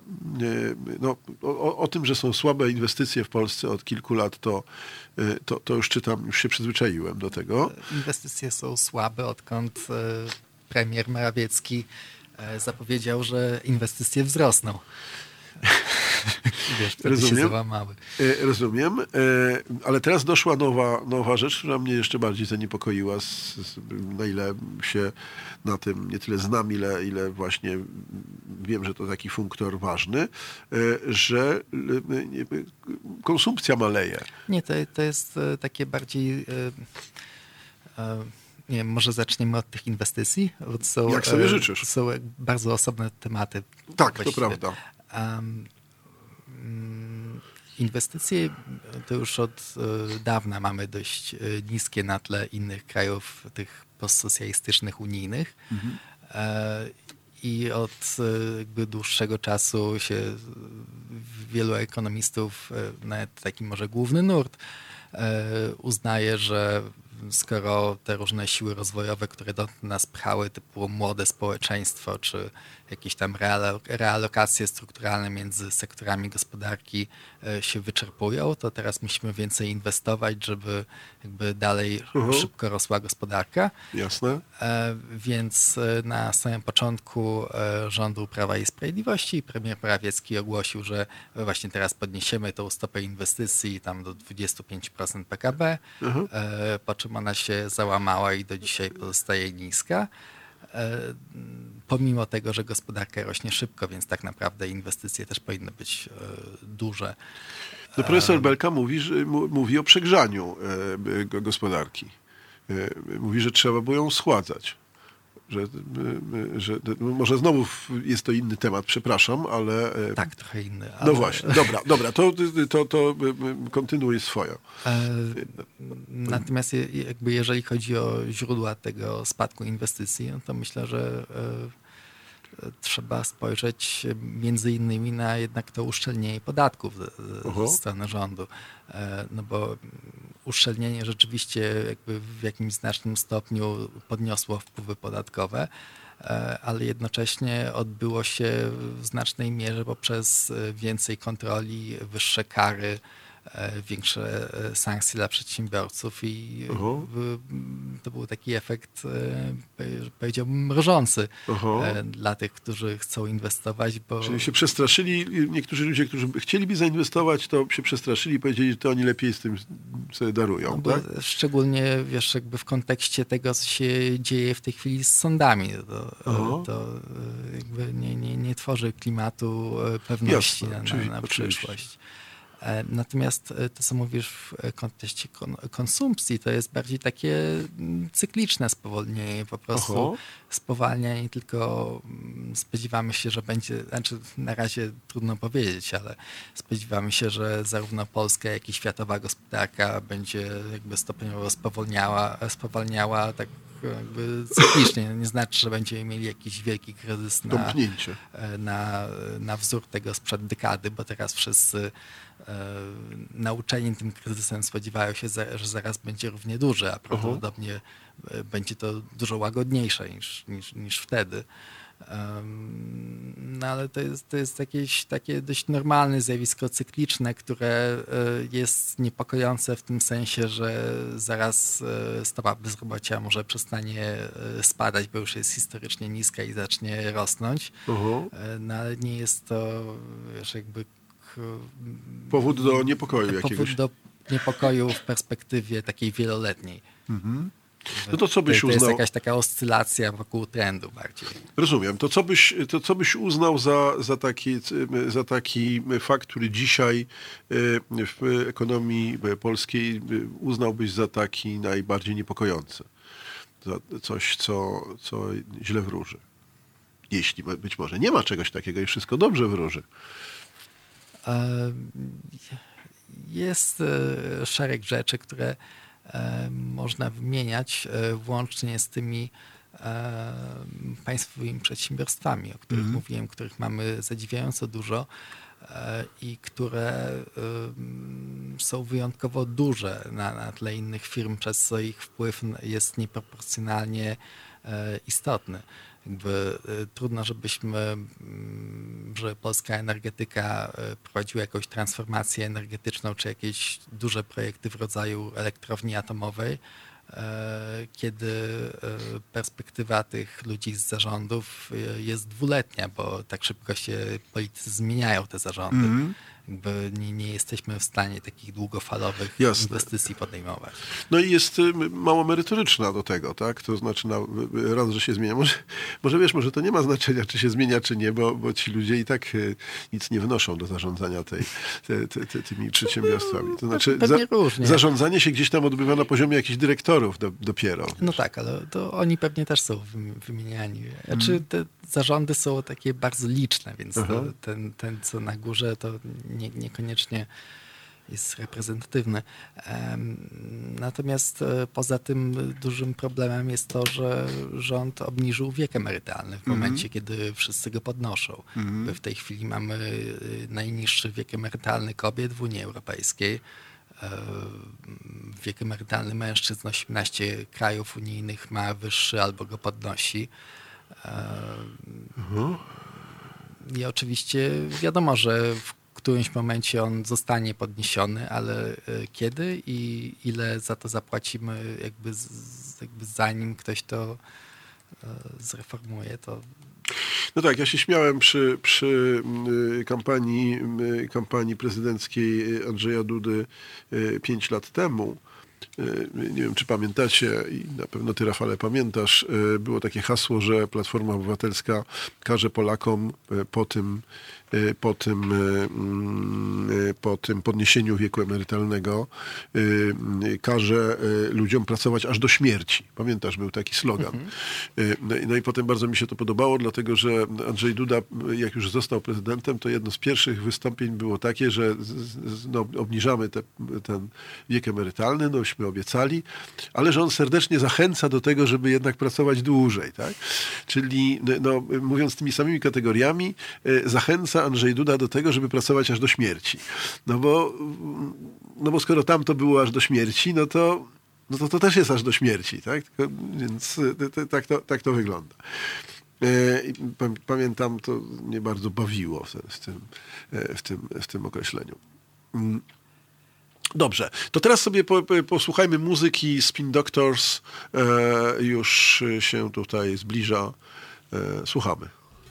o tym, że są słabe inwestycje w Polsce od kilku lat, to już czytam, już się przyzwyczaiłem do tego. Inwestycje są słabe, odkąd premier Morawiecki zapowiedział, że inwestycje wzrosną. Wiesz, rozumiem, się załamały. Rozumiem, ale teraz doszła nowa rzecz, która mnie jeszcze bardziej zaniepokoiła, na ile się na tym nie tyle znam, ile właśnie wiem, że to taki funktor ważny, że konsumpcja maleje. Nie, to jest takie bardziej... Nie wiem, może zaczniemy od tych inwestycji? Jak sobie życzysz. Są bardzo osobne tematy. Tak, właściwie. To prawda. Inwestycje to już od dawna mamy dość niskie na tle innych krajów, tych postsocjalistycznych, unijnych. I od jakby dłuższego czasu się wielu ekonomistów, nawet taki może główny nurt, uznaje, że skoro te różne siły rozwojowe, które do nas pchały, typu młode społeczeństwo, czy jakieś tam realokacje strukturalne między sektorami gospodarki się wyczerpują, to teraz musimy więcej inwestować, żeby jakby dalej szybko rosła gospodarka. Jasne. Więc na samym początku rządu Prawa i Sprawiedliwości premier Morawiecki ogłosił, że właśnie teraz podniesiemy tą stopę inwestycji tam do 25% PKB, po czym ona się załamała i do dzisiaj pozostaje niska. Pomimo tego, że gospodarka rośnie szybko, więc tak naprawdę inwestycje też powinny być duże. No, profesor Belka mówi o przegrzaniu gospodarki. Mówi, że trzeba było ją schładzać. Że może znowu jest to inny temat, przepraszam, ale... Tak, trochę inny. Ale... No właśnie, dobra, to kontynuuj swoje. Natomiast jakby jeżeli chodzi o źródła tego spadku inwestycji, no to myślę, że trzeba spojrzeć między innymi na jednak to uszczelnienie podatków ze strony rządu. No bo uszczelnienie rzeczywiście jakby w jakimś znacznym stopniu podniosło wpływy podatkowe, ale jednocześnie odbyło się w znacznej mierze poprzez więcej kontroli, wyższe kary, większe sankcje dla przedsiębiorców i to był taki efekt, powiedziałbym, mrożący dla tych, którzy chcą inwestować. Czyli się przestraszyli, niektórzy ludzie, którzy chcieliby zainwestować, to się przestraszyli i powiedzieli, że to oni lepiej z tym sobie darują. No tak? Szczególnie, wiesz, jakby w kontekście tego, co się dzieje w tej chwili z sądami. To jakby nie tworzy klimatu pewności. Jasne, na przyszłość. Natomiast to, co mówisz w kontekście konsumpcji, to jest bardziej takie cykliczne spowolnienie, po prostu spowalnia nie tylko spodziewamy się, że będzie, znaczy na razie trudno powiedzieć, ale spodziewamy się, że zarówno polska, jak i światowa gospodarka będzie jakby stopniowo spowalniała tak jakby cyklicznie. Nie znaczy, że będziemy mieli jakiś wielki kryzys na wzór tego sprzed dekady, bo teraz wszyscy nauczeni tym kryzysem spodziewają się, że zaraz będzie równie duży, a prawdopodobnie będzie to dużo łagodniejsze niż wtedy. No ale to jest jakieś takie dość normalne zjawisko cykliczne, które jest niepokojące w tym sensie, że zaraz stopa bezrobocia może przestanie spadać, bo już jest historycznie niska i zacznie rosnąć. No ale nie jest to, wiesz, jakby powód do niepokoju jakiegoś. Powód do niepokoju w perspektywie takiej wieloletniej. No to co byś uznał? To jest jakaś taka oscylacja wokół trendu bardziej. Rozumiem. To co byś uznał za taki fakt, który dzisiaj w ekonomii polskiej uznałbyś za taki najbardziej niepokojący? Za coś, co źle wróży? Jeśli być może nie ma czegoś takiego i wszystko dobrze wróży. Jest szereg rzeczy, które można wymieniać, włącznie z tymi państwowymi przedsiębiorstwami, o których mówiłem, których mamy zadziwiająco dużo i które są wyjątkowo duże na tle innych firm, przez co ich wpływ jest nieproporcjonalnie istotny. Jakby trudno, żeby polska energetyka prowadziła jakąś transformację energetyczną, czy jakieś duże projekty w rodzaju elektrowni atomowej, kiedy perspektywa tych ludzi z zarządów jest dwuletnia, bo tak szybko się politycy zmieniają, te zarządy. Jakby nie jesteśmy w stanie takich długofalowych inwestycji podejmować. No i jest mało merytoryczna do tego, tak? To znaczy raz, że się zmienia. Może wiesz, może to nie ma znaczenia, czy się zmienia, czy nie, bo ci ludzie i tak nic nie wnoszą do zarządzania tymi przedsiębiorstwami. To znaczy zarządzanie się gdzieś tam odbywa na poziomie jakichś dyrektorów dopiero. No tak, ale to oni pewnie też są wymieniani. Znaczy te zarządy są takie bardzo liczne, więc ten co na górze, to niekoniecznie jest reprezentatywny. Natomiast poza tym dużym problemem jest to, że rząd obniżył wiek emerytalny w momencie, kiedy wszyscy go podnoszą. W tej chwili mamy najniższy wiek emerytalny kobiet w Unii Europejskiej. Wiek emerytalny mężczyzn 18 krajów unijnych ma wyższy albo go podnosi. I oczywiście wiadomo, że w którymś momencie on zostanie podniesiony, ale kiedy i ile za to zapłacimy, jakby zanim ktoś to zreformuje, to... No tak, ja się śmiałem przy kampanii prezydenckiej Andrzeja Dudy 5 lat temu. Nie wiem, czy pamiętacie i na pewno ty, Rafale, pamiętasz, było takie hasło, że Platforma Obywatelska każe Polakom po tym podniesieniu wieku emerytalnego każe ludziom pracować aż do śmierci. Pamiętasz, był taki slogan. No i potem bardzo mi się to podobało, dlatego że Andrzej Duda, jak już został prezydentem, to jedno z pierwszych wystąpień było takie, że obniżamy ten wiek emerytalny, nośmy obiecali, ale że on serdecznie zachęca do tego, żeby jednak pracować dłużej. Tak? Czyli mówiąc tymi samymi kategoriami, zachęca Andrzej Duda do tego, żeby pracować aż do śmierci. No bo skoro tam to było aż do śmierci, no to też jest aż do śmierci. Tak? Więc tak to wygląda. Pamiętam, to mnie bardzo bawiło w tym określeniu. Dobrze, to teraz sobie posłuchajmy muzyki. Spin Doctors już się tutaj zbliża. Słuchamy.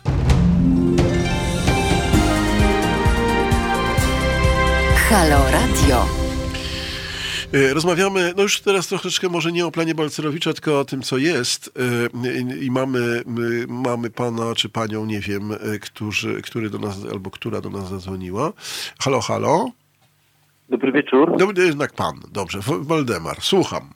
Halo Radio. Rozmawiamy, no już teraz troszeczkę może nie o planie Balcerowicza, tylko o tym, co jest. I mamy pana czy panią, nie wiem, który do nas albo która do nas zadzwoniła. Halo, halo. Dobry wieczór. Dobry, jednak pan. Dobrze, Waldemar, słucham.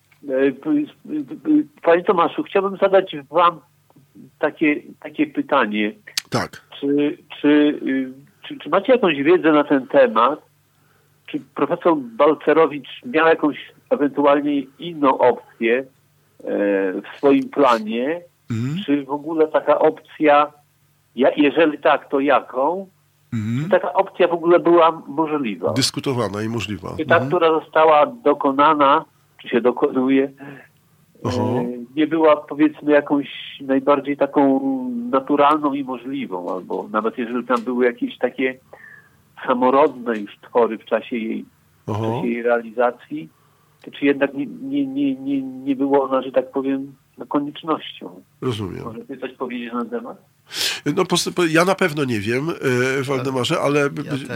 Panie Tomaszu, chciałbym zadać wam takie pytanie. Tak. Czy macie jakąś wiedzę na ten temat? Czy profesor Balcerowicz miał jakąś ewentualnie inną opcję w swoim planie? Czy w ogóle taka opcja, jeżeli tak, to jaką? Czy taka opcja w ogóle była możliwa? Dyskutowana i możliwa. Czy ta, która została dokonana, czy się dokonuje, nie była, powiedzmy, jakąś najbardziej taką naturalną i możliwą, albo nawet jeżeli tam były jakieś takie samorodne już twory w czasie jej realizacji, to czy jednak nie było ona, że tak powiem, koniecznością? Rozumiem. Może ty coś powiedzieć na temat? No, ja na pewno nie wiem, Waldemarze, ale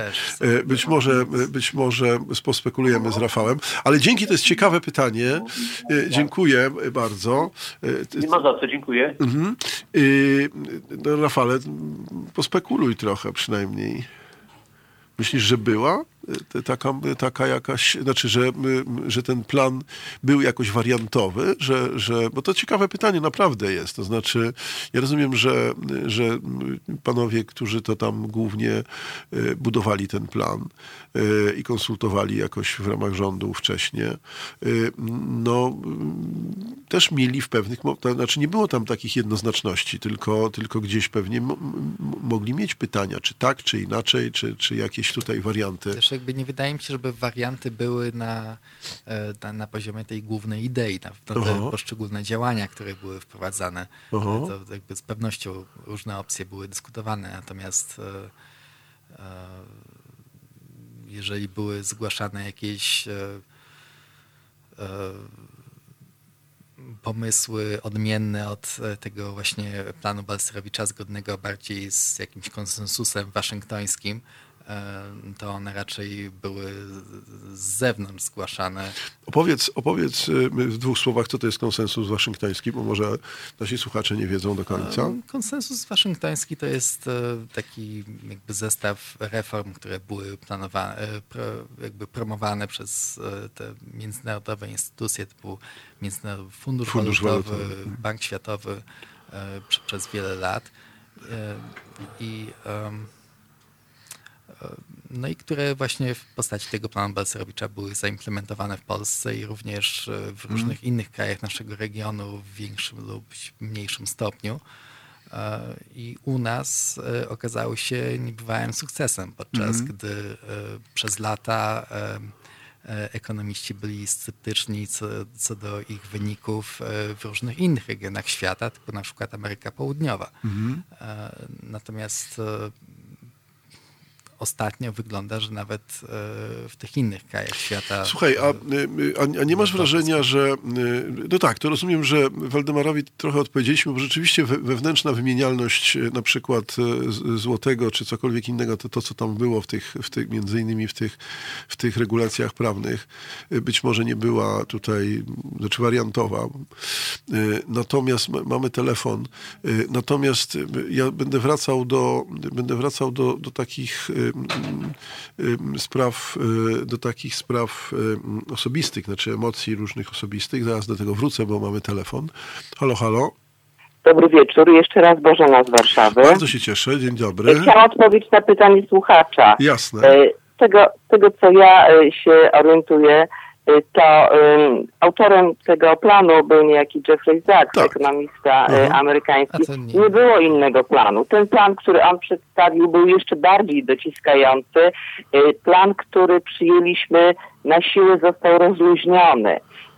być może pospekulujemy z Rafałem. Ale dzięki, to jest ciekawe pytanie. Dziękuję bardzo. Nie ma za co, dziękuję. No, Rafale, pospekuluj trochę przynajmniej. Myślisz, że była taka jakaś, znaczy, że ten plan był jakoś wariantowy, bo to ciekawe pytanie naprawdę jest. To znaczy, ja rozumiem, że panowie, którzy to tam głównie budowali ten plan i konsultowali jakoś w ramach rządu wcześniej, no też mieli w pewnych, znaczy nie było tam takich jednoznaczności, tylko gdzieś pewnie mogli mieć pytania, czy tak, czy inaczej, czy jakieś tutaj warianty. Też jakby nie wydaje mi się, żeby warianty były na poziomie tej głównej idei, na te poszczególne działania, które były wprowadzane. To jakby z pewnością różne opcje były dyskutowane, natomiast jeżeli były zgłaszane jakieś pomysły odmienne od tego właśnie planu Balcerowicza, zgodnego bardziej z jakimś konsensusem waszyngtońskim, to one raczej były z zewnątrz zgłaszane. Opowiedz w 2 słowach, co to jest konsensus waszyngtoński, bo może nasi słuchacze nie wiedzą do końca. Konsensus waszyngtoński to jest taki jakby zestaw reform, które były planowane, jakby promowane przez te międzynarodowe instytucje typu Międzynarodowy Fundusz Walutowy, Bank Światowy przez wiele lat. No i które właśnie w postaci tego planu Balcerowicza były zaimplementowane w Polsce i również w różnych innych krajach naszego regionu w większym lub mniejszym stopniu. I u nas okazały się niebywałym sukcesem, podczas gdy przez lata ekonomiści byli sceptyczni co do ich wyników w różnych innych regionach świata, typu na przykład Ameryka Południowa. Natomiast ostatnio wygląda, że nawet w tych innych krajach świata... Słuchaj, a nie masz wrażenia, że... No tak, to rozumiem, że Waldemarowi trochę odpowiedzieliśmy, bo rzeczywiście wewnętrzna wymienialność na przykład złotego czy cokolwiek innego, to co tam było między innymi w tych regulacjach prawnych, być może nie była tutaj, znaczy wariantowa. Natomiast mamy telefon. Natomiast ja będę wracał do takich spraw osobistych, znaczy emocji różnych osobistych. Zaraz do tego wrócę, bo mamy telefon. Halo, halo. Dobry wieczór. Jeszcze raz Bożena z Warszawy. Bardzo się cieszę. Dzień dobry. Chciałam odpowiedzieć na pytanie słuchacza. Jasne. Tego, co ja się orientuję, to autorem tego planu był niejaki Jeffrey Sachs, ekonomista amerykański. Nie było innego planu. Ten plan, który on przedstawił, był jeszcze bardziej dociskający. Plan, który przyjęliśmy na siłę, został rozluźniony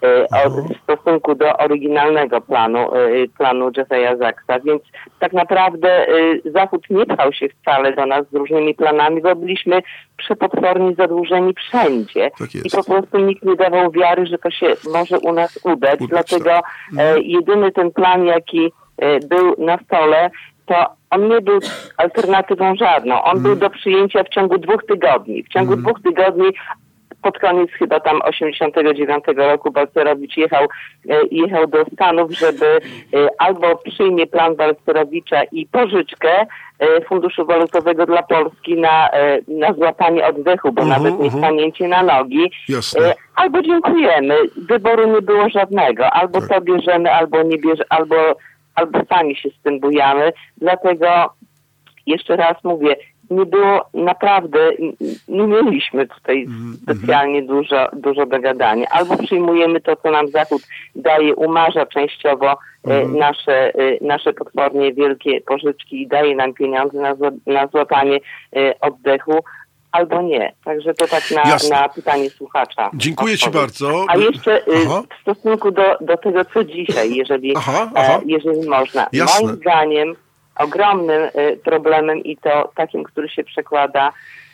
w stosunku do oryginalnego planu Jeffrey'a Sachsa, więc tak naprawdę Zachód nie pchał się wcale do nas z różnymi planami, bo byliśmy przepotwornie zadłużeni wszędzie i po prostu nikt nie dawał wiary, że to się może u nas udać, dlatego jedyny ten plan, jaki był na stole, to on nie był alternatywą żadną, on był do przyjęcia w ciągu 2 tygodni. W ciągu 2 tygodni pod koniec chyba tam 89 roku Balcerowicz jechał do Stanów, żeby albo przyjmie plan Balcerowicza i pożyczkę Funduszu Walutowego dla Polski na złapanie oddechu, bo nawet nie stanięcie na nogi. Albo dziękujemy. Wyboru nie było żadnego. Albo to bierzemy, albo nie bierzemy, albo sami się z tym bujamy. Dlatego jeszcze raz mówię, nie było naprawdę, nie mieliśmy tutaj specjalnie dużo do gadania. Albo przyjmujemy to, co nam Zachód daje, umarza częściowo nasze potwornie wielkie pożyczki i daje nam pieniądze na złapanie oddechu, albo nie. Także to tak na pytanie słuchacza. Dziękuję Ci bardzo. A jeszcze w stosunku do tego, co dzisiaj, jeżeli można. Jasne. Moim zdaniem ogromnym problemem i to takim, który się przekłada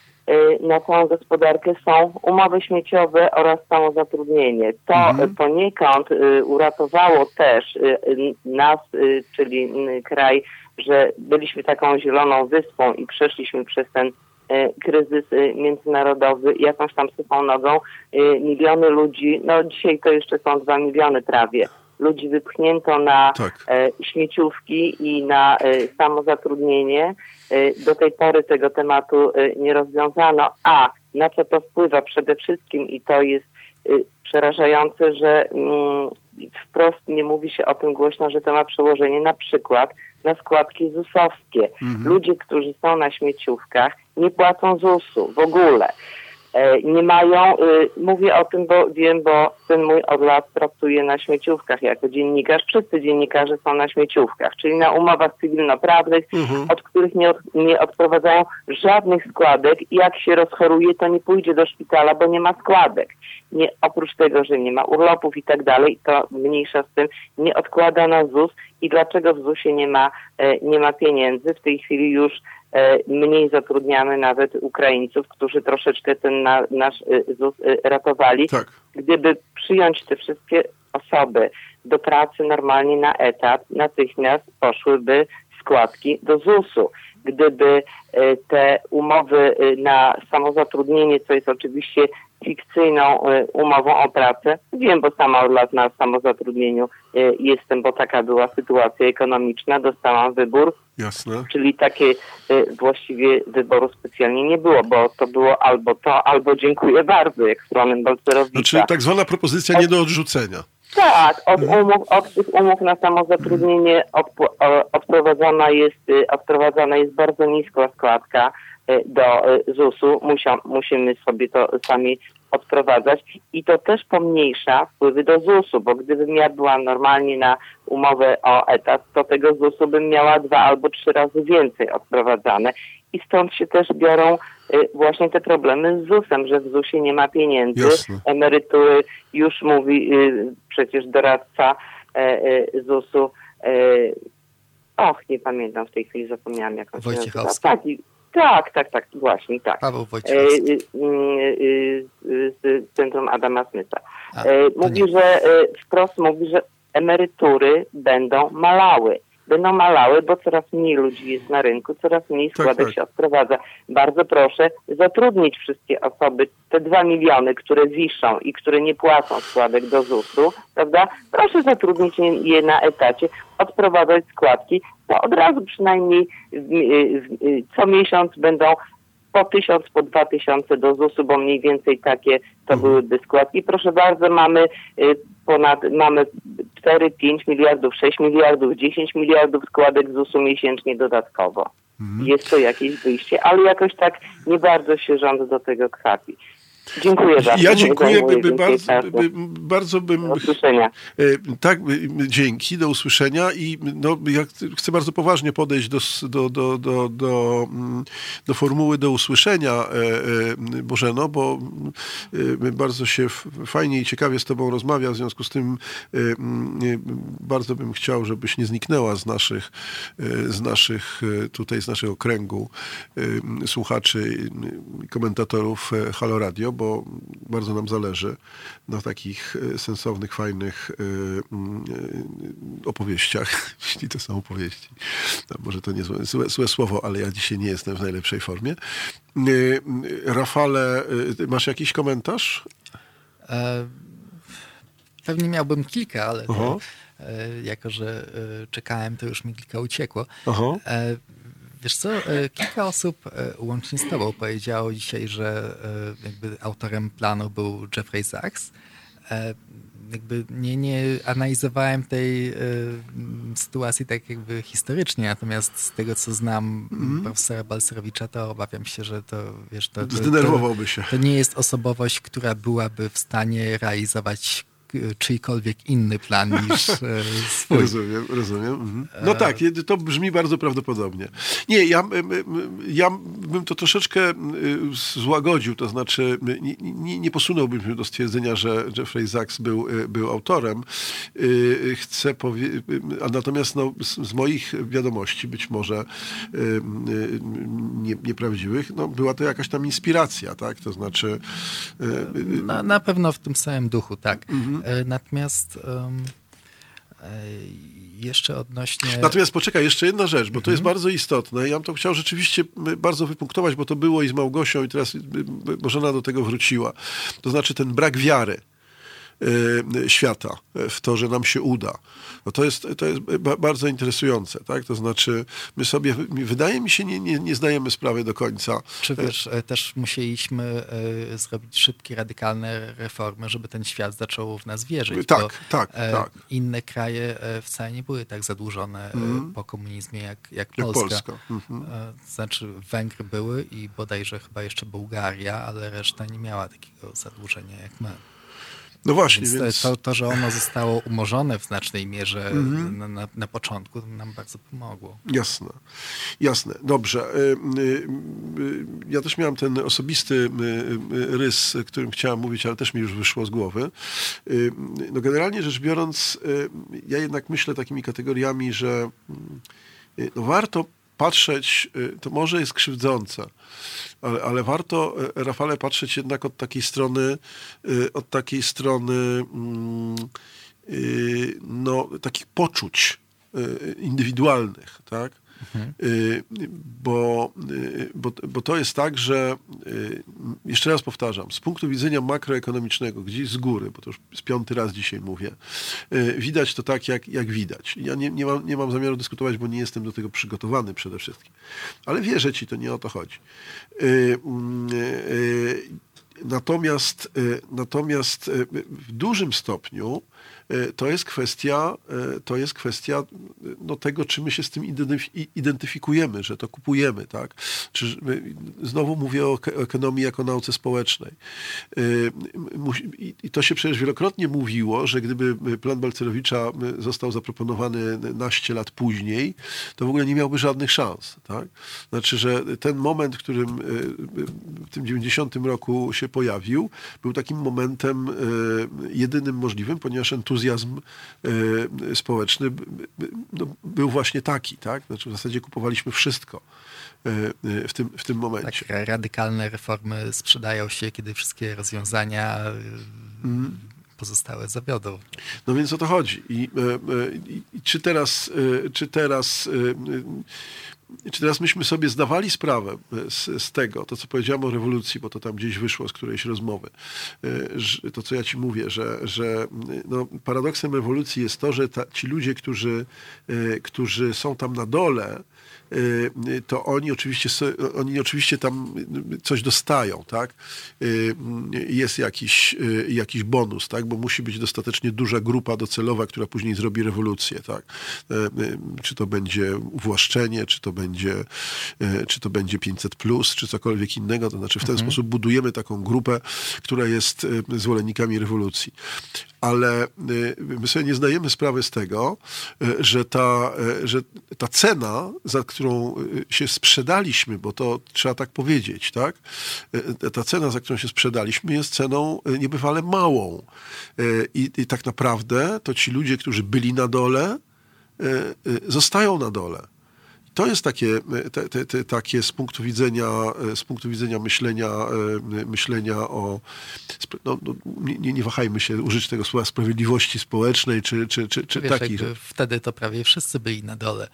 na całą gospodarkę, są umowy śmieciowe oraz samozatrudnienie. To poniekąd uratowało też nas, czyli kraj, że byliśmy taką zieloną wyspą i przeszliśmy przez ten kryzys międzynarodowy jakąś tam suchą nogą. Miliony ludzi, no dzisiaj to jeszcze są 2 miliony prawie, ludzi wypchnięto na śmieciówki i na samozatrudnienie. Do tej pory tego tematu nie rozwiązano. A na co to wpływa przede wszystkim, i to jest przerażające, że wprost nie mówi się o tym głośno, że to ma przełożenie na przykład na składki ZUS-owskie. Ludzie, którzy są na śmieciówkach, nie płacą ZUS-u w ogóle. Nie mają, mówię o tym, bo wiem, bo syn mój od lat pracuje na śmieciówkach jako dziennikarz. Wszyscy dziennikarze są na śmieciówkach, czyli na umowach cywilnoprawnych, od których nie odprowadzają żadnych składek i jak się rozchoruje, to nie pójdzie do szpitala, bo nie ma składek. Oprócz tego, że nie ma urlopów i tak dalej, to mniejsza z tym, nie odkłada na ZUS. I dlaczego w ZUS-ie nie ma pieniędzy? W tej chwili już mniej zatrudniamy nawet Ukraińców, którzy troszeczkę ten nasz ZUS ratowali. Gdyby przyjąć te wszystkie osoby do pracy normalnie na etat, natychmiast poszłyby składki do ZUS-u. Gdyby te umowy na samozatrudnienie, co jest oczywiście fikcyjną umową o pracę, wiem, bo sama od lat na samozatrudnieniu jestem, bo taka była sytuacja ekonomiczna, dostałam wybór. Jasne. Czyli takie właściwie wyboru specjalnie nie było, bo to było albo to, albo dziękuję bardzo, jak z panem Balcerowicza. Znaczy tak zwana propozycja nie do odrzucenia. Tak, od tych umów na samozatrudnienie odprowadzana jest bardzo niska składka do ZUS-u. Musimy sobie to sami odprowadzać i to też pomniejsza wpływy do ZUS-u, bo gdybym ja była normalnie na umowę o etat, to tego ZUS-u bym miała 2 albo 3 razy więcej odprowadzane i stąd się też biorą właśnie te problemy z ZUS-em, że w ZUS-ie nie ma pieniędzy. Jasne. Emerytury już mówi przecież doradca ZUS-u, nie pamiętam w tej chwili, zapomniałam jak on się nazywa. Tak, właśnie, tak. Paweł Wojciechowski. Z Centrum Adama Smitha. Wprost mówi, że emerytury będą malały, bo coraz mniej ludzi jest na rynku, coraz mniej składek się odprowadza. Bardzo proszę zatrudnić wszystkie osoby, te 2 miliony, które wiszą i które nie płacą składek do ZUS-u, prawda? Proszę zatrudnić je na etacie, odprowadzać składki, to od razu przynajmniej co miesiąc będą po 1000, po 2000 do ZUS-u, bo mniej więcej takie to byłyby składki. Proszę bardzo, mamy 4, 5 miliardów, 6 miliardów, 10 miliardów składek ZUS-u miesięcznie dodatkowo. Jest to jakieś wyjście, ale jakoś tak nie bardzo się rząd do tego kwapi. Dziękuję bardzo. Ja dziękuję, bardzo bym... Do usłyszenia. Tak, dzięki, do usłyszenia i ja chcę bardzo poważnie podejść do formuły do usłyszenia, Bożeno, bo bardzo się fajnie i ciekawie z tobą rozmawia, w związku z tym bardzo bym chciał, żebyś nie zniknęła z naszego kręgu słuchaczy i komentatorów Halo Radio, bo bardzo nam zależy na takich sensownych, fajnych opowieściach, jeśli to są opowieści. No, może to nie złe słowo, ale ja dzisiaj nie jestem w najlepszej formie. Rafale, masz jakiś komentarz? Pewnie miałbym kilka, ale jako że czekałem, to już mi kilka uciekło. Wiesz co, kilka osób łącznie z tobą powiedziało dzisiaj, że jakby autorem planu był Jeffrey Sachs. Jakby nie analizowałem tej sytuacji tak jakby historycznie, natomiast z tego, co znam profesora Balcerowicza, to obawiam się, że to, wiesz, zdenerwowałby się. To nie jest osobowość, która byłaby w stanie realizować czyjkolwiek inny plan niż swój. Rozumiem. No tak, to brzmi bardzo prawdopodobnie. Nie, ja bym to troszeczkę złagodził, to znaczy nie posunąłbym się do stwierdzenia, że Jeffrey Sachs był autorem. Chcę powiedzieć, natomiast z moich wiadomości, być może nieprawdziwych, była to jakaś tam inspiracja, tak? To znaczy... Na pewno w tym samym duchu, tak. Natomiast jeszcze odnośnie... Natomiast poczekaj, jeszcze jedna rzecz, bo to jest bardzo istotne. Ja bym to chciał rzeczywiście bardzo wypunktować, bo to było i z Małgosią i teraz Bożena do tego wróciła. To znaczy ten brak wiary świata w to, że nam się uda. No to jest bardzo interesujące, tak? To znaczy my sobie, wydaje mi się, nie zdajemy sprawy do końca. Czy wiesz, też musieliśmy zrobić szybkie, radykalne reformy, żeby ten świat zaczął w nas wierzyć. Tak. Inne kraje wcale nie były tak zadłużone po komunizmie jak Polska. Znaczy Węgry były i bodajże chyba jeszcze Bułgaria, ale reszta nie miała takiego zadłużenia jak my. No właśnie, więc to, że ono zostało umorzone w znacznej mierze na początku, nam bardzo pomogło. Jasne. Dobrze. Ja też miałem ten osobisty rys, którym chciałem mówić, ale też mi już wyszło z głowy. No generalnie rzecz biorąc, ja jednak myślę takimi kategoriami, że warto patrzeć, to może jest krzywdzące, ale warto, Rafale, patrzeć jednak od takiej strony takich poczuć indywidualnych, tak? Bo to jest tak, że jeszcze raz powtarzam, z punktu widzenia makroekonomicznego, gdzieś z góry, bo to już z 5. raz dzisiaj mówię, widać to tak, jak widać. Ja nie mam zamiaru dyskutować, bo nie jestem do tego przygotowany przede wszystkim. Ale wierzę ci, to nie o to chodzi. Natomiast w dużym stopniu to jest kwestia tego, czy my się z tym identyfikujemy, że to kupujemy, tak? Znowu mówię o ekonomii jako nauce społecznej. I to się przecież wielokrotnie mówiło, że gdyby plan Balcerowicza został zaproponowany naście lat później, to w ogóle nie miałby żadnych szans, tak? Znaczy, że ten moment, którym w tym 90 roku się pojawił, był takim momentem jedynym możliwym, ponieważ entuzjazm społeczny był właśnie taki, tak? Znaczy w zasadzie kupowaliśmy wszystko w tym momencie. Tak, radykalne reformy sprzedają się, kiedy wszystkie rozwiązania pozostałe zawiodą. No więc o to chodzi. I czy teraz myśmy sobie zdawali sprawę z tego, to co powiedziałem o rewolucji, bo to tam gdzieś wyszło z którejś rozmowy, to co ja ci mówię, że paradoksem rewolucji jest to, że ci ludzie, którzy są tam na dole, to oni oczywiście tam coś dostają, tak? Jest jakiś bonus, tak? Bo musi być dostatecznie duża grupa docelowa, która później zrobi rewolucję, tak? Czy to będzie uwłaszczenie, czy to będzie 500+, czy cokolwiek innego, to znaczy w ten sposób budujemy taką grupę, która jest zwolennikami rewolucji. Ale my sobie nie zdajemy sprawy z tego, że ta cena, za którą się sprzedaliśmy, bo to trzeba tak powiedzieć, tak? Ta cena, za którą się sprzedaliśmy, jest ceną niebywale małą. I tak naprawdę to ci ludzie, którzy byli na dole, zostają na dole. To jest takie z punktu widzenia myślenia o... Nie wahajmy się użyć tego słowa sprawiedliwości społecznej, czy takich. Wtedy to prawie wszyscy byli na dole.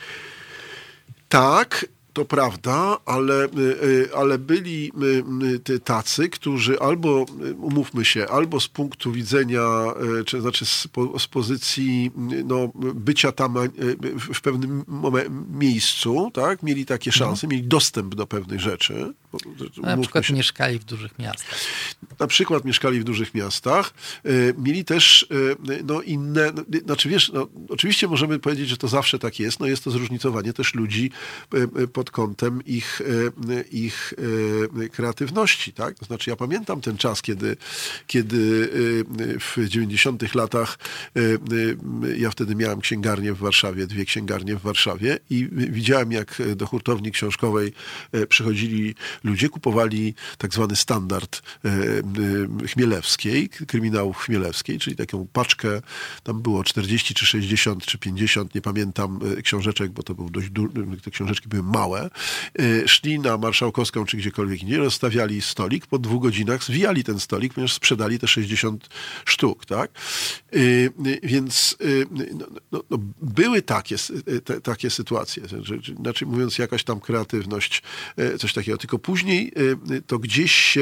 Tak, to prawda, ale byli tacy, którzy albo, umówmy się, albo z punktu widzenia, czy znaczy z pozycji bycia tam w pewnym miejscu, tak, mieli takie szanse, mieli dostęp do pewnych rzeczy. Na przykład mieszkali w dużych miastach. Na przykład mieszkali w dużych miastach. Mieli też inne... Znaczy wiesz, oczywiście możemy powiedzieć, że to zawsze tak jest. Jest to zróżnicowanie też ludzi pod kątem ich kreatywności, tak? To znaczy ja pamiętam ten czas, kiedy w 90-tych latach ja wtedy miałem księgarnię w Warszawie, 2 księgarnie w Warszawie i widziałem, jak do hurtowni książkowej przychodzili ludzie, kupowali tak zwany standard Chmielewskiej, kryminałów Chmielewskiej, czyli taką paczkę, tam było 40 czy 60 czy 50, nie pamiętam, książeczek, bo to był te książeczki były małe. Szli na Marszałkowską czy gdziekolwiek indziej, rozstawiali stolik, po 2 godzinach zwijali ten stolik, ponieważ sprzedali te 60 sztuk, tak? Więc były takie sytuacje, znaczy mówiąc jakaś tam kreatywność, coś takiego, tylko później to gdzieś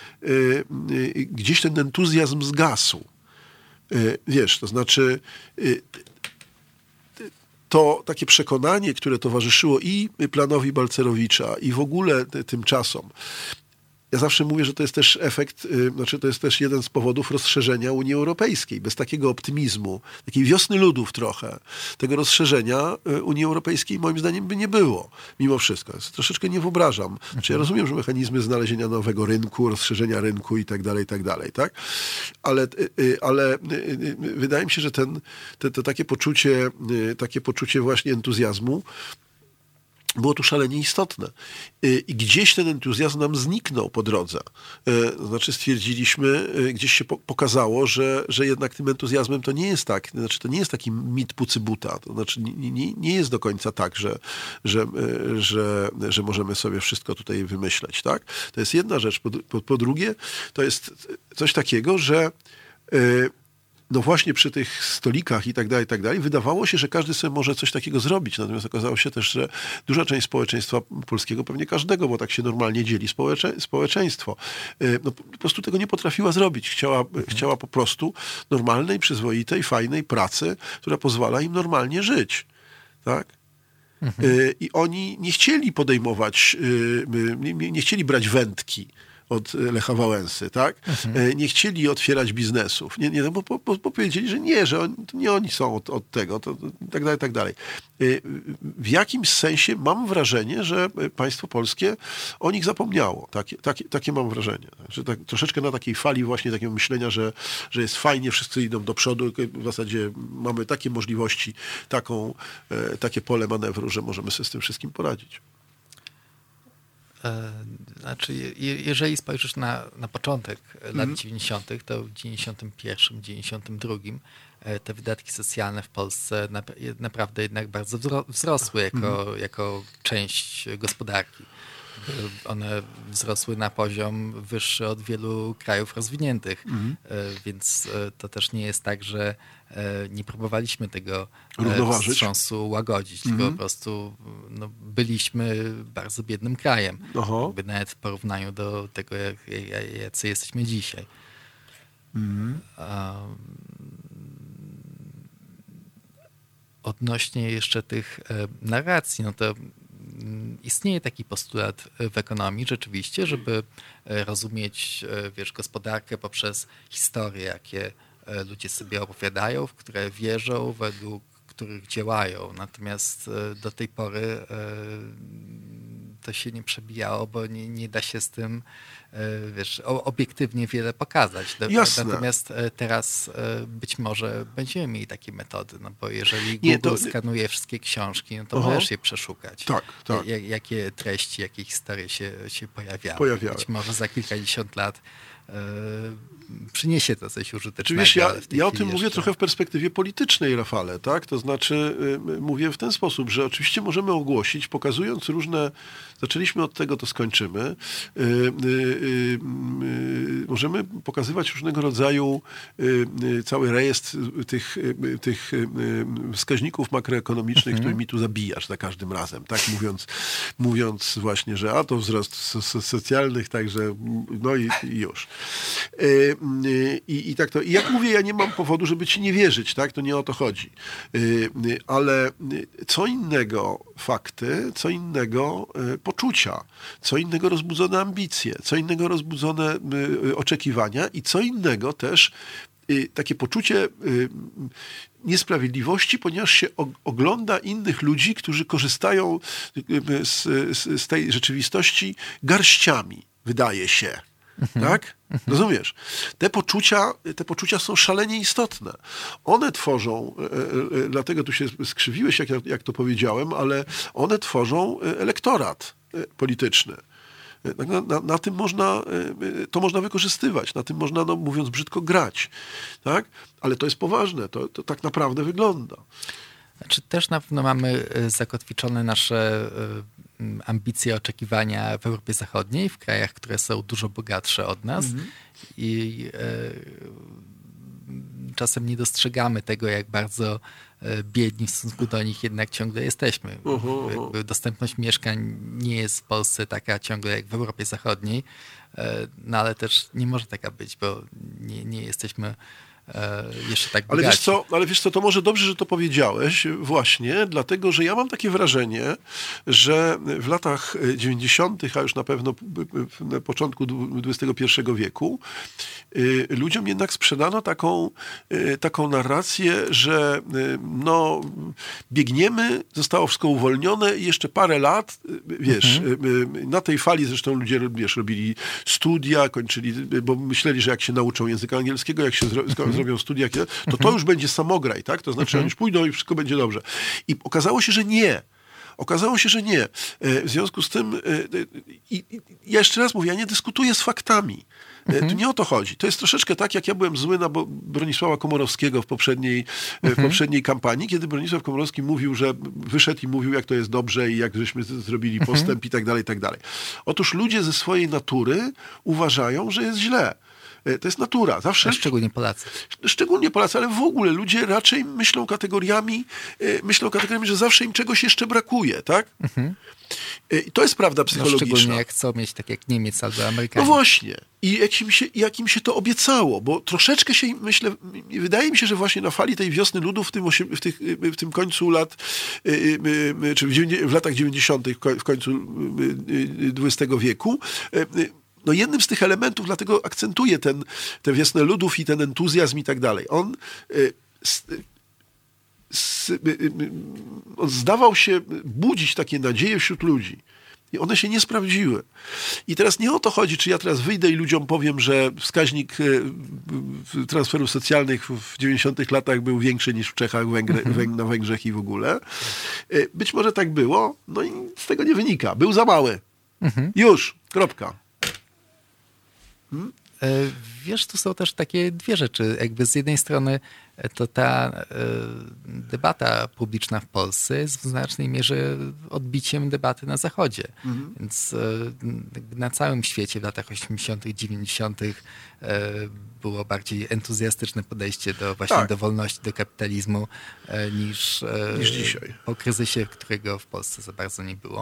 ten entuzjazm zgasł. Wiesz, to znaczy to takie przekonanie, które towarzyszyło i planowi Balcerowicza, i w ogóle tym czasom. Ja zawsze mówię, że to jest też efekt, to jest też jeden z powodów rozszerzenia Unii Europejskiej. Bez takiego optymizmu, takiej wiosny ludów trochę, tego rozszerzenia Unii Europejskiej moim zdaniem by nie było. Mimo wszystko. Ja troszeczkę nie wyobrażam. Znaczy ja rozumiem, że mechanizmy znalezienia nowego rynku, rozszerzenia rynku i tak dalej, tak? Ale wydaje mi się, że to takie poczucie właśnie entuzjazmu było tu szalenie istotne. I gdzieś ten entuzjazm nam zniknął po drodze. Znaczy stwierdziliśmy, gdzieś się pokazało, że jednak tym entuzjazmem to nie jest tak. Znaczy to nie jest taki mit pucybuta. To znaczy nie jest do końca tak, że możemy sobie wszystko tutaj wymyśleć. Tak? To jest jedna rzecz. Po drugie, to jest coś takiego, że no właśnie przy tych stolikach i tak dalej, wydawało się, że każdy sobie może coś takiego zrobić. Natomiast okazało się też, że duża część społeczeństwa polskiego, pewnie każdego, bo tak się normalnie dzieli społeczeństwo, no po prostu tego nie potrafiła zrobić. Chciała po prostu normalnej, przyzwoitej, fajnej pracy, która pozwala im normalnie żyć. Tak? I oni nie chcieli podejmować, nie chcieli brać wędki od Lecha Wałęsy, tak? Nie chcieli otwierać biznesów. Bo powiedzieli, że nie, że nie oni są od tego, tak dalej. W jakimś sensie mam wrażenie, że państwo polskie o nich zapomniało. Takie mam wrażenie. Że tak, troszeczkę na takiej fali właśnie takiego myślenia, że jest fajnie, wszyscy idą do przodu. W zasadzie mamy takie możliwości, takie pole manewru, że możemy sobie z tym wszystkim poradzić. Znaczy, jeżeli spojrzysz na początek lat 90., to w 91, 92 te wydatki socjalne w Polsce naprawdę jednak bardzo wzrosły jako część gospodarki. One wzrosły na poziom wyższy od wielu krajów rozwiniętych, więc to też nie jest tak, że nie próbowaliśmy tego wstrząsu łagodzić, tylko po prostu byliśmy bardzo biednym krajem, nawet w porównaniu do tego, jacy jesteśmy dzisiaj. Odnośnie jeszcze tych narracji, no to istnieje taki postulat w ekonomii rzeczywiście, żeby rozumieć, gospodarkę poprzez historie, jakie ludzie sobie opowiadają, w które wierzą, według których działają. Natomiast do tej pory to się nie przebijało, bo nie da się z tym obiektywnie wiele pokazać. Natomiast teraz być może będziemy mieli takie metody, no bo jeżeli Google skanuje wszystkie książki, no to możesz je przeszukać. Tak. Jakie treści, jakie historie się pojawiały. Być może za kilkadziesiąt lat przyniesie to coś użytecznego. Wiesz, ja o tym mówię trochę w perspektywie politycznej, Rafale, tak? To znaczy mówię w ten sposób, że oczywiście możemy ogłosić, pokazując różne, zaczęliśmy od tego, to skończymy, możemy pokazywać różnego rodzaju cały rejestr tych wskaźników makroekonomicznych, którymi tu zabijasz za każdym razem, tak? Mówiąc właśnie, że to wzrost socjalnych, także no i już. I tak to. I jak mówię, ja nie mam powodu, żeby ci nie wierzyć, tak? To nie o to chodzi. Ale co innego fakty, co innego poczucia, co innego rozbudzone ambicje, co innego rozbudzone oczekiwania i co innego też takie poczucie niesprawiedliwości, ponieważ się ogląda innych ludzi, którzy korzystają z tej rzeczywistości garściami, wydaje się. Tak? Rozumiesz? Te poczucia są szalenie istotne. One tworzą, dlatego tu się skrzywiłeś, jak to powiedziałem, ale one tworzą elektorat polityczny. Na tym to można wykorzystywać, na tym można, mówiąc brzydko, grać. Tak? Ale to jest poważne, to tak naprawdę wygląda. Znaczy też na pewno mamy zakotwiczone nasze ambicje, oczekiwania w Europie Zachodniej, w krajach, które są dużo bogatsze od nas i czasem nie dostrzegamy tego, jak bardzo biedni w stosunku do nich jednak ciągle jesteśmy. Jakby dostępność mieszkań nie jest w Polsce taka ciągle jak w Europie Zachodniej, no ale też nie może taka być, bo nie jesteśmy jeszcze tak bogaci. Ale wiesz co, to może dobrze, że to powiedziałeś właśnie, dlatego, że ja mam takie wrażenie, że w latach 90., a już na pewno na początku XXI wieku, ludziom jednak sprzedano taką narrację, że biegniemy, zostało wszystko uwolnione i jeszcze parę lat, na tej fali zresztą ludzie, robili studia, kończyli, bo myśleli, że jak się nauczą języka angielskiego, jak się zrobią studia, to już będzie samograj, tak? To znaczy, oni już pójdą i wszystko będzie dobrze. I okazało się, że nie. W związku z tym, ja jeszcze raz mówię, ja nie dyskutuję z faktami. Tu nie o to chodzi. To jest troszeczkę tak, jak ja byłem zły na Bronisława Komorowskiego w poprzedniej kampanii, kiedy Bronisław Komorowski mówił, że wyszedł i mówił, jak to jest dobrze i jak żeśmy zrobili postęp i tak dalej, i tak dalej. Otóż ludzie ze swojej natury uważają, że jest źle. To jest natura. Zawsze, szczególnie Polacy. Szczególnie Polacy, ale w ogóle ludzie raczej myślą kategoriami, że zawsze im czegoś jeszcze brakuje, tak? I to jest prawda psychologiczna. Szczególnie jak chcą mieć tak jak Niemiec albo Amerykanie. No właśnie. I jak im się to obiecało, bo troszeczkę się, myślę, wydaje mi się, że właśnie na fali tej wiosny ludów w tym końcu lat, czy w latach 90., w końcu XX wieku, no jednym z tych elementów, dlatego akcentuję tę wiosnę ludów i ten entuzjazm i tak dalej. On zdawał się budzić takie nadzieje wśród ludzi. I one się nie sprawdziły. I teraz nie o to chodzi, czy ja teraz wyjdę i ludziom powiem, że wskaźnik transferów socjalnych w 90-tych latach był większy niż w Czechach, na Węgrzech i w ogóle. Być może tak było, no i z tego nie wynika. Był za mały. Już. Kropka. Wiesz, tu są też takie dwie rzeczy. Jakby z jednej strony to ta debata publiczna w Polsce jest w znacznej mierze odbiciem debaty na Zachodzie. Więc na całym świecie w latach 80., 90. było bardziej entuzjastyczne podejście do wolności, do kapitalizmu niż dzisiaj. Po kryzysie, którego w Polsce za bardzo nie było.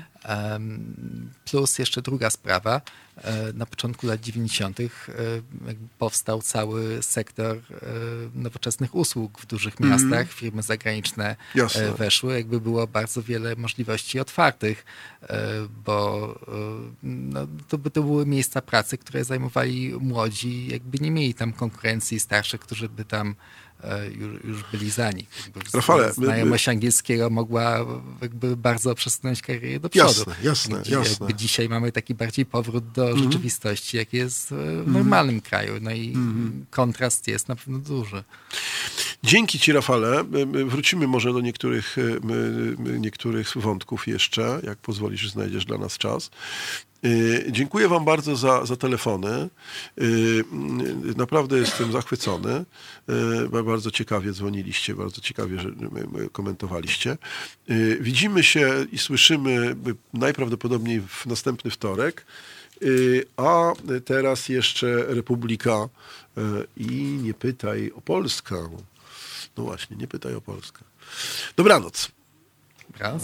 Plus jeszcze druga sprawa. Na początku lat 90. powstał cały sektor nowoczesnych usług w dużych miastach. Firmy zagraniczne weszły. Jakby było bardzo wiele możliwości otwartych, bo to były miejsca pracy, które zajmowali młodzi. Jakby nie mieli tam konkurencji starszych, którzy by tam już byli za nich. Rafale, znajomość angielskiego mogła jakby bardzo przesunąć karierę do przodu. Jasne. Jakby dzisiaj mamy taki bardziej powrót do rzeczywistości, jak jest w normalnym kraju. No i kontrast jest na pewno duży. Dzięki Ci, Rafale. Wrócimy może do niektórych wątków jeszcze, jak pozwolisz, znajdziesz dla nas czas. Dziękuję Wam bardzo za telefony. Naprawdę jestem zachwycony. Bardzo ciekawie dzwoniliście, bardzo ciekawie, że komentowaliście. Widzimy się i słyszymy najprawdopodobniej w następny wtorek. A teraz jeszcze Republika i nie pytaj o Polskę. No właśnie, nie pytaj o Polskę. Dobranoc. Raz.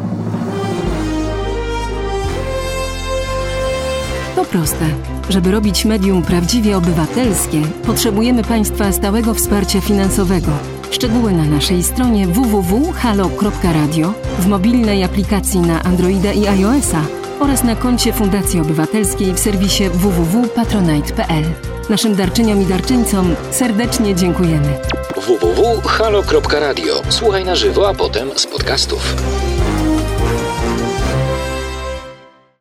To proste. Żeby robić medium prawdziwie obywatelskie, potrzebujemy Państwa stałego wsparcia finansowego. Szczegóły na naszej stronie www.halo.radio, w mobilnej aplikacji na Androida i iOS-a oraz na koncie Fundacji Obywatelskiej w serwisie www.patronite.pl. Naszym darczyniom i darczyńcom serdecznie dziękujemy. www.halo.radio. Słuchaj na żywo, a potem z podcastów.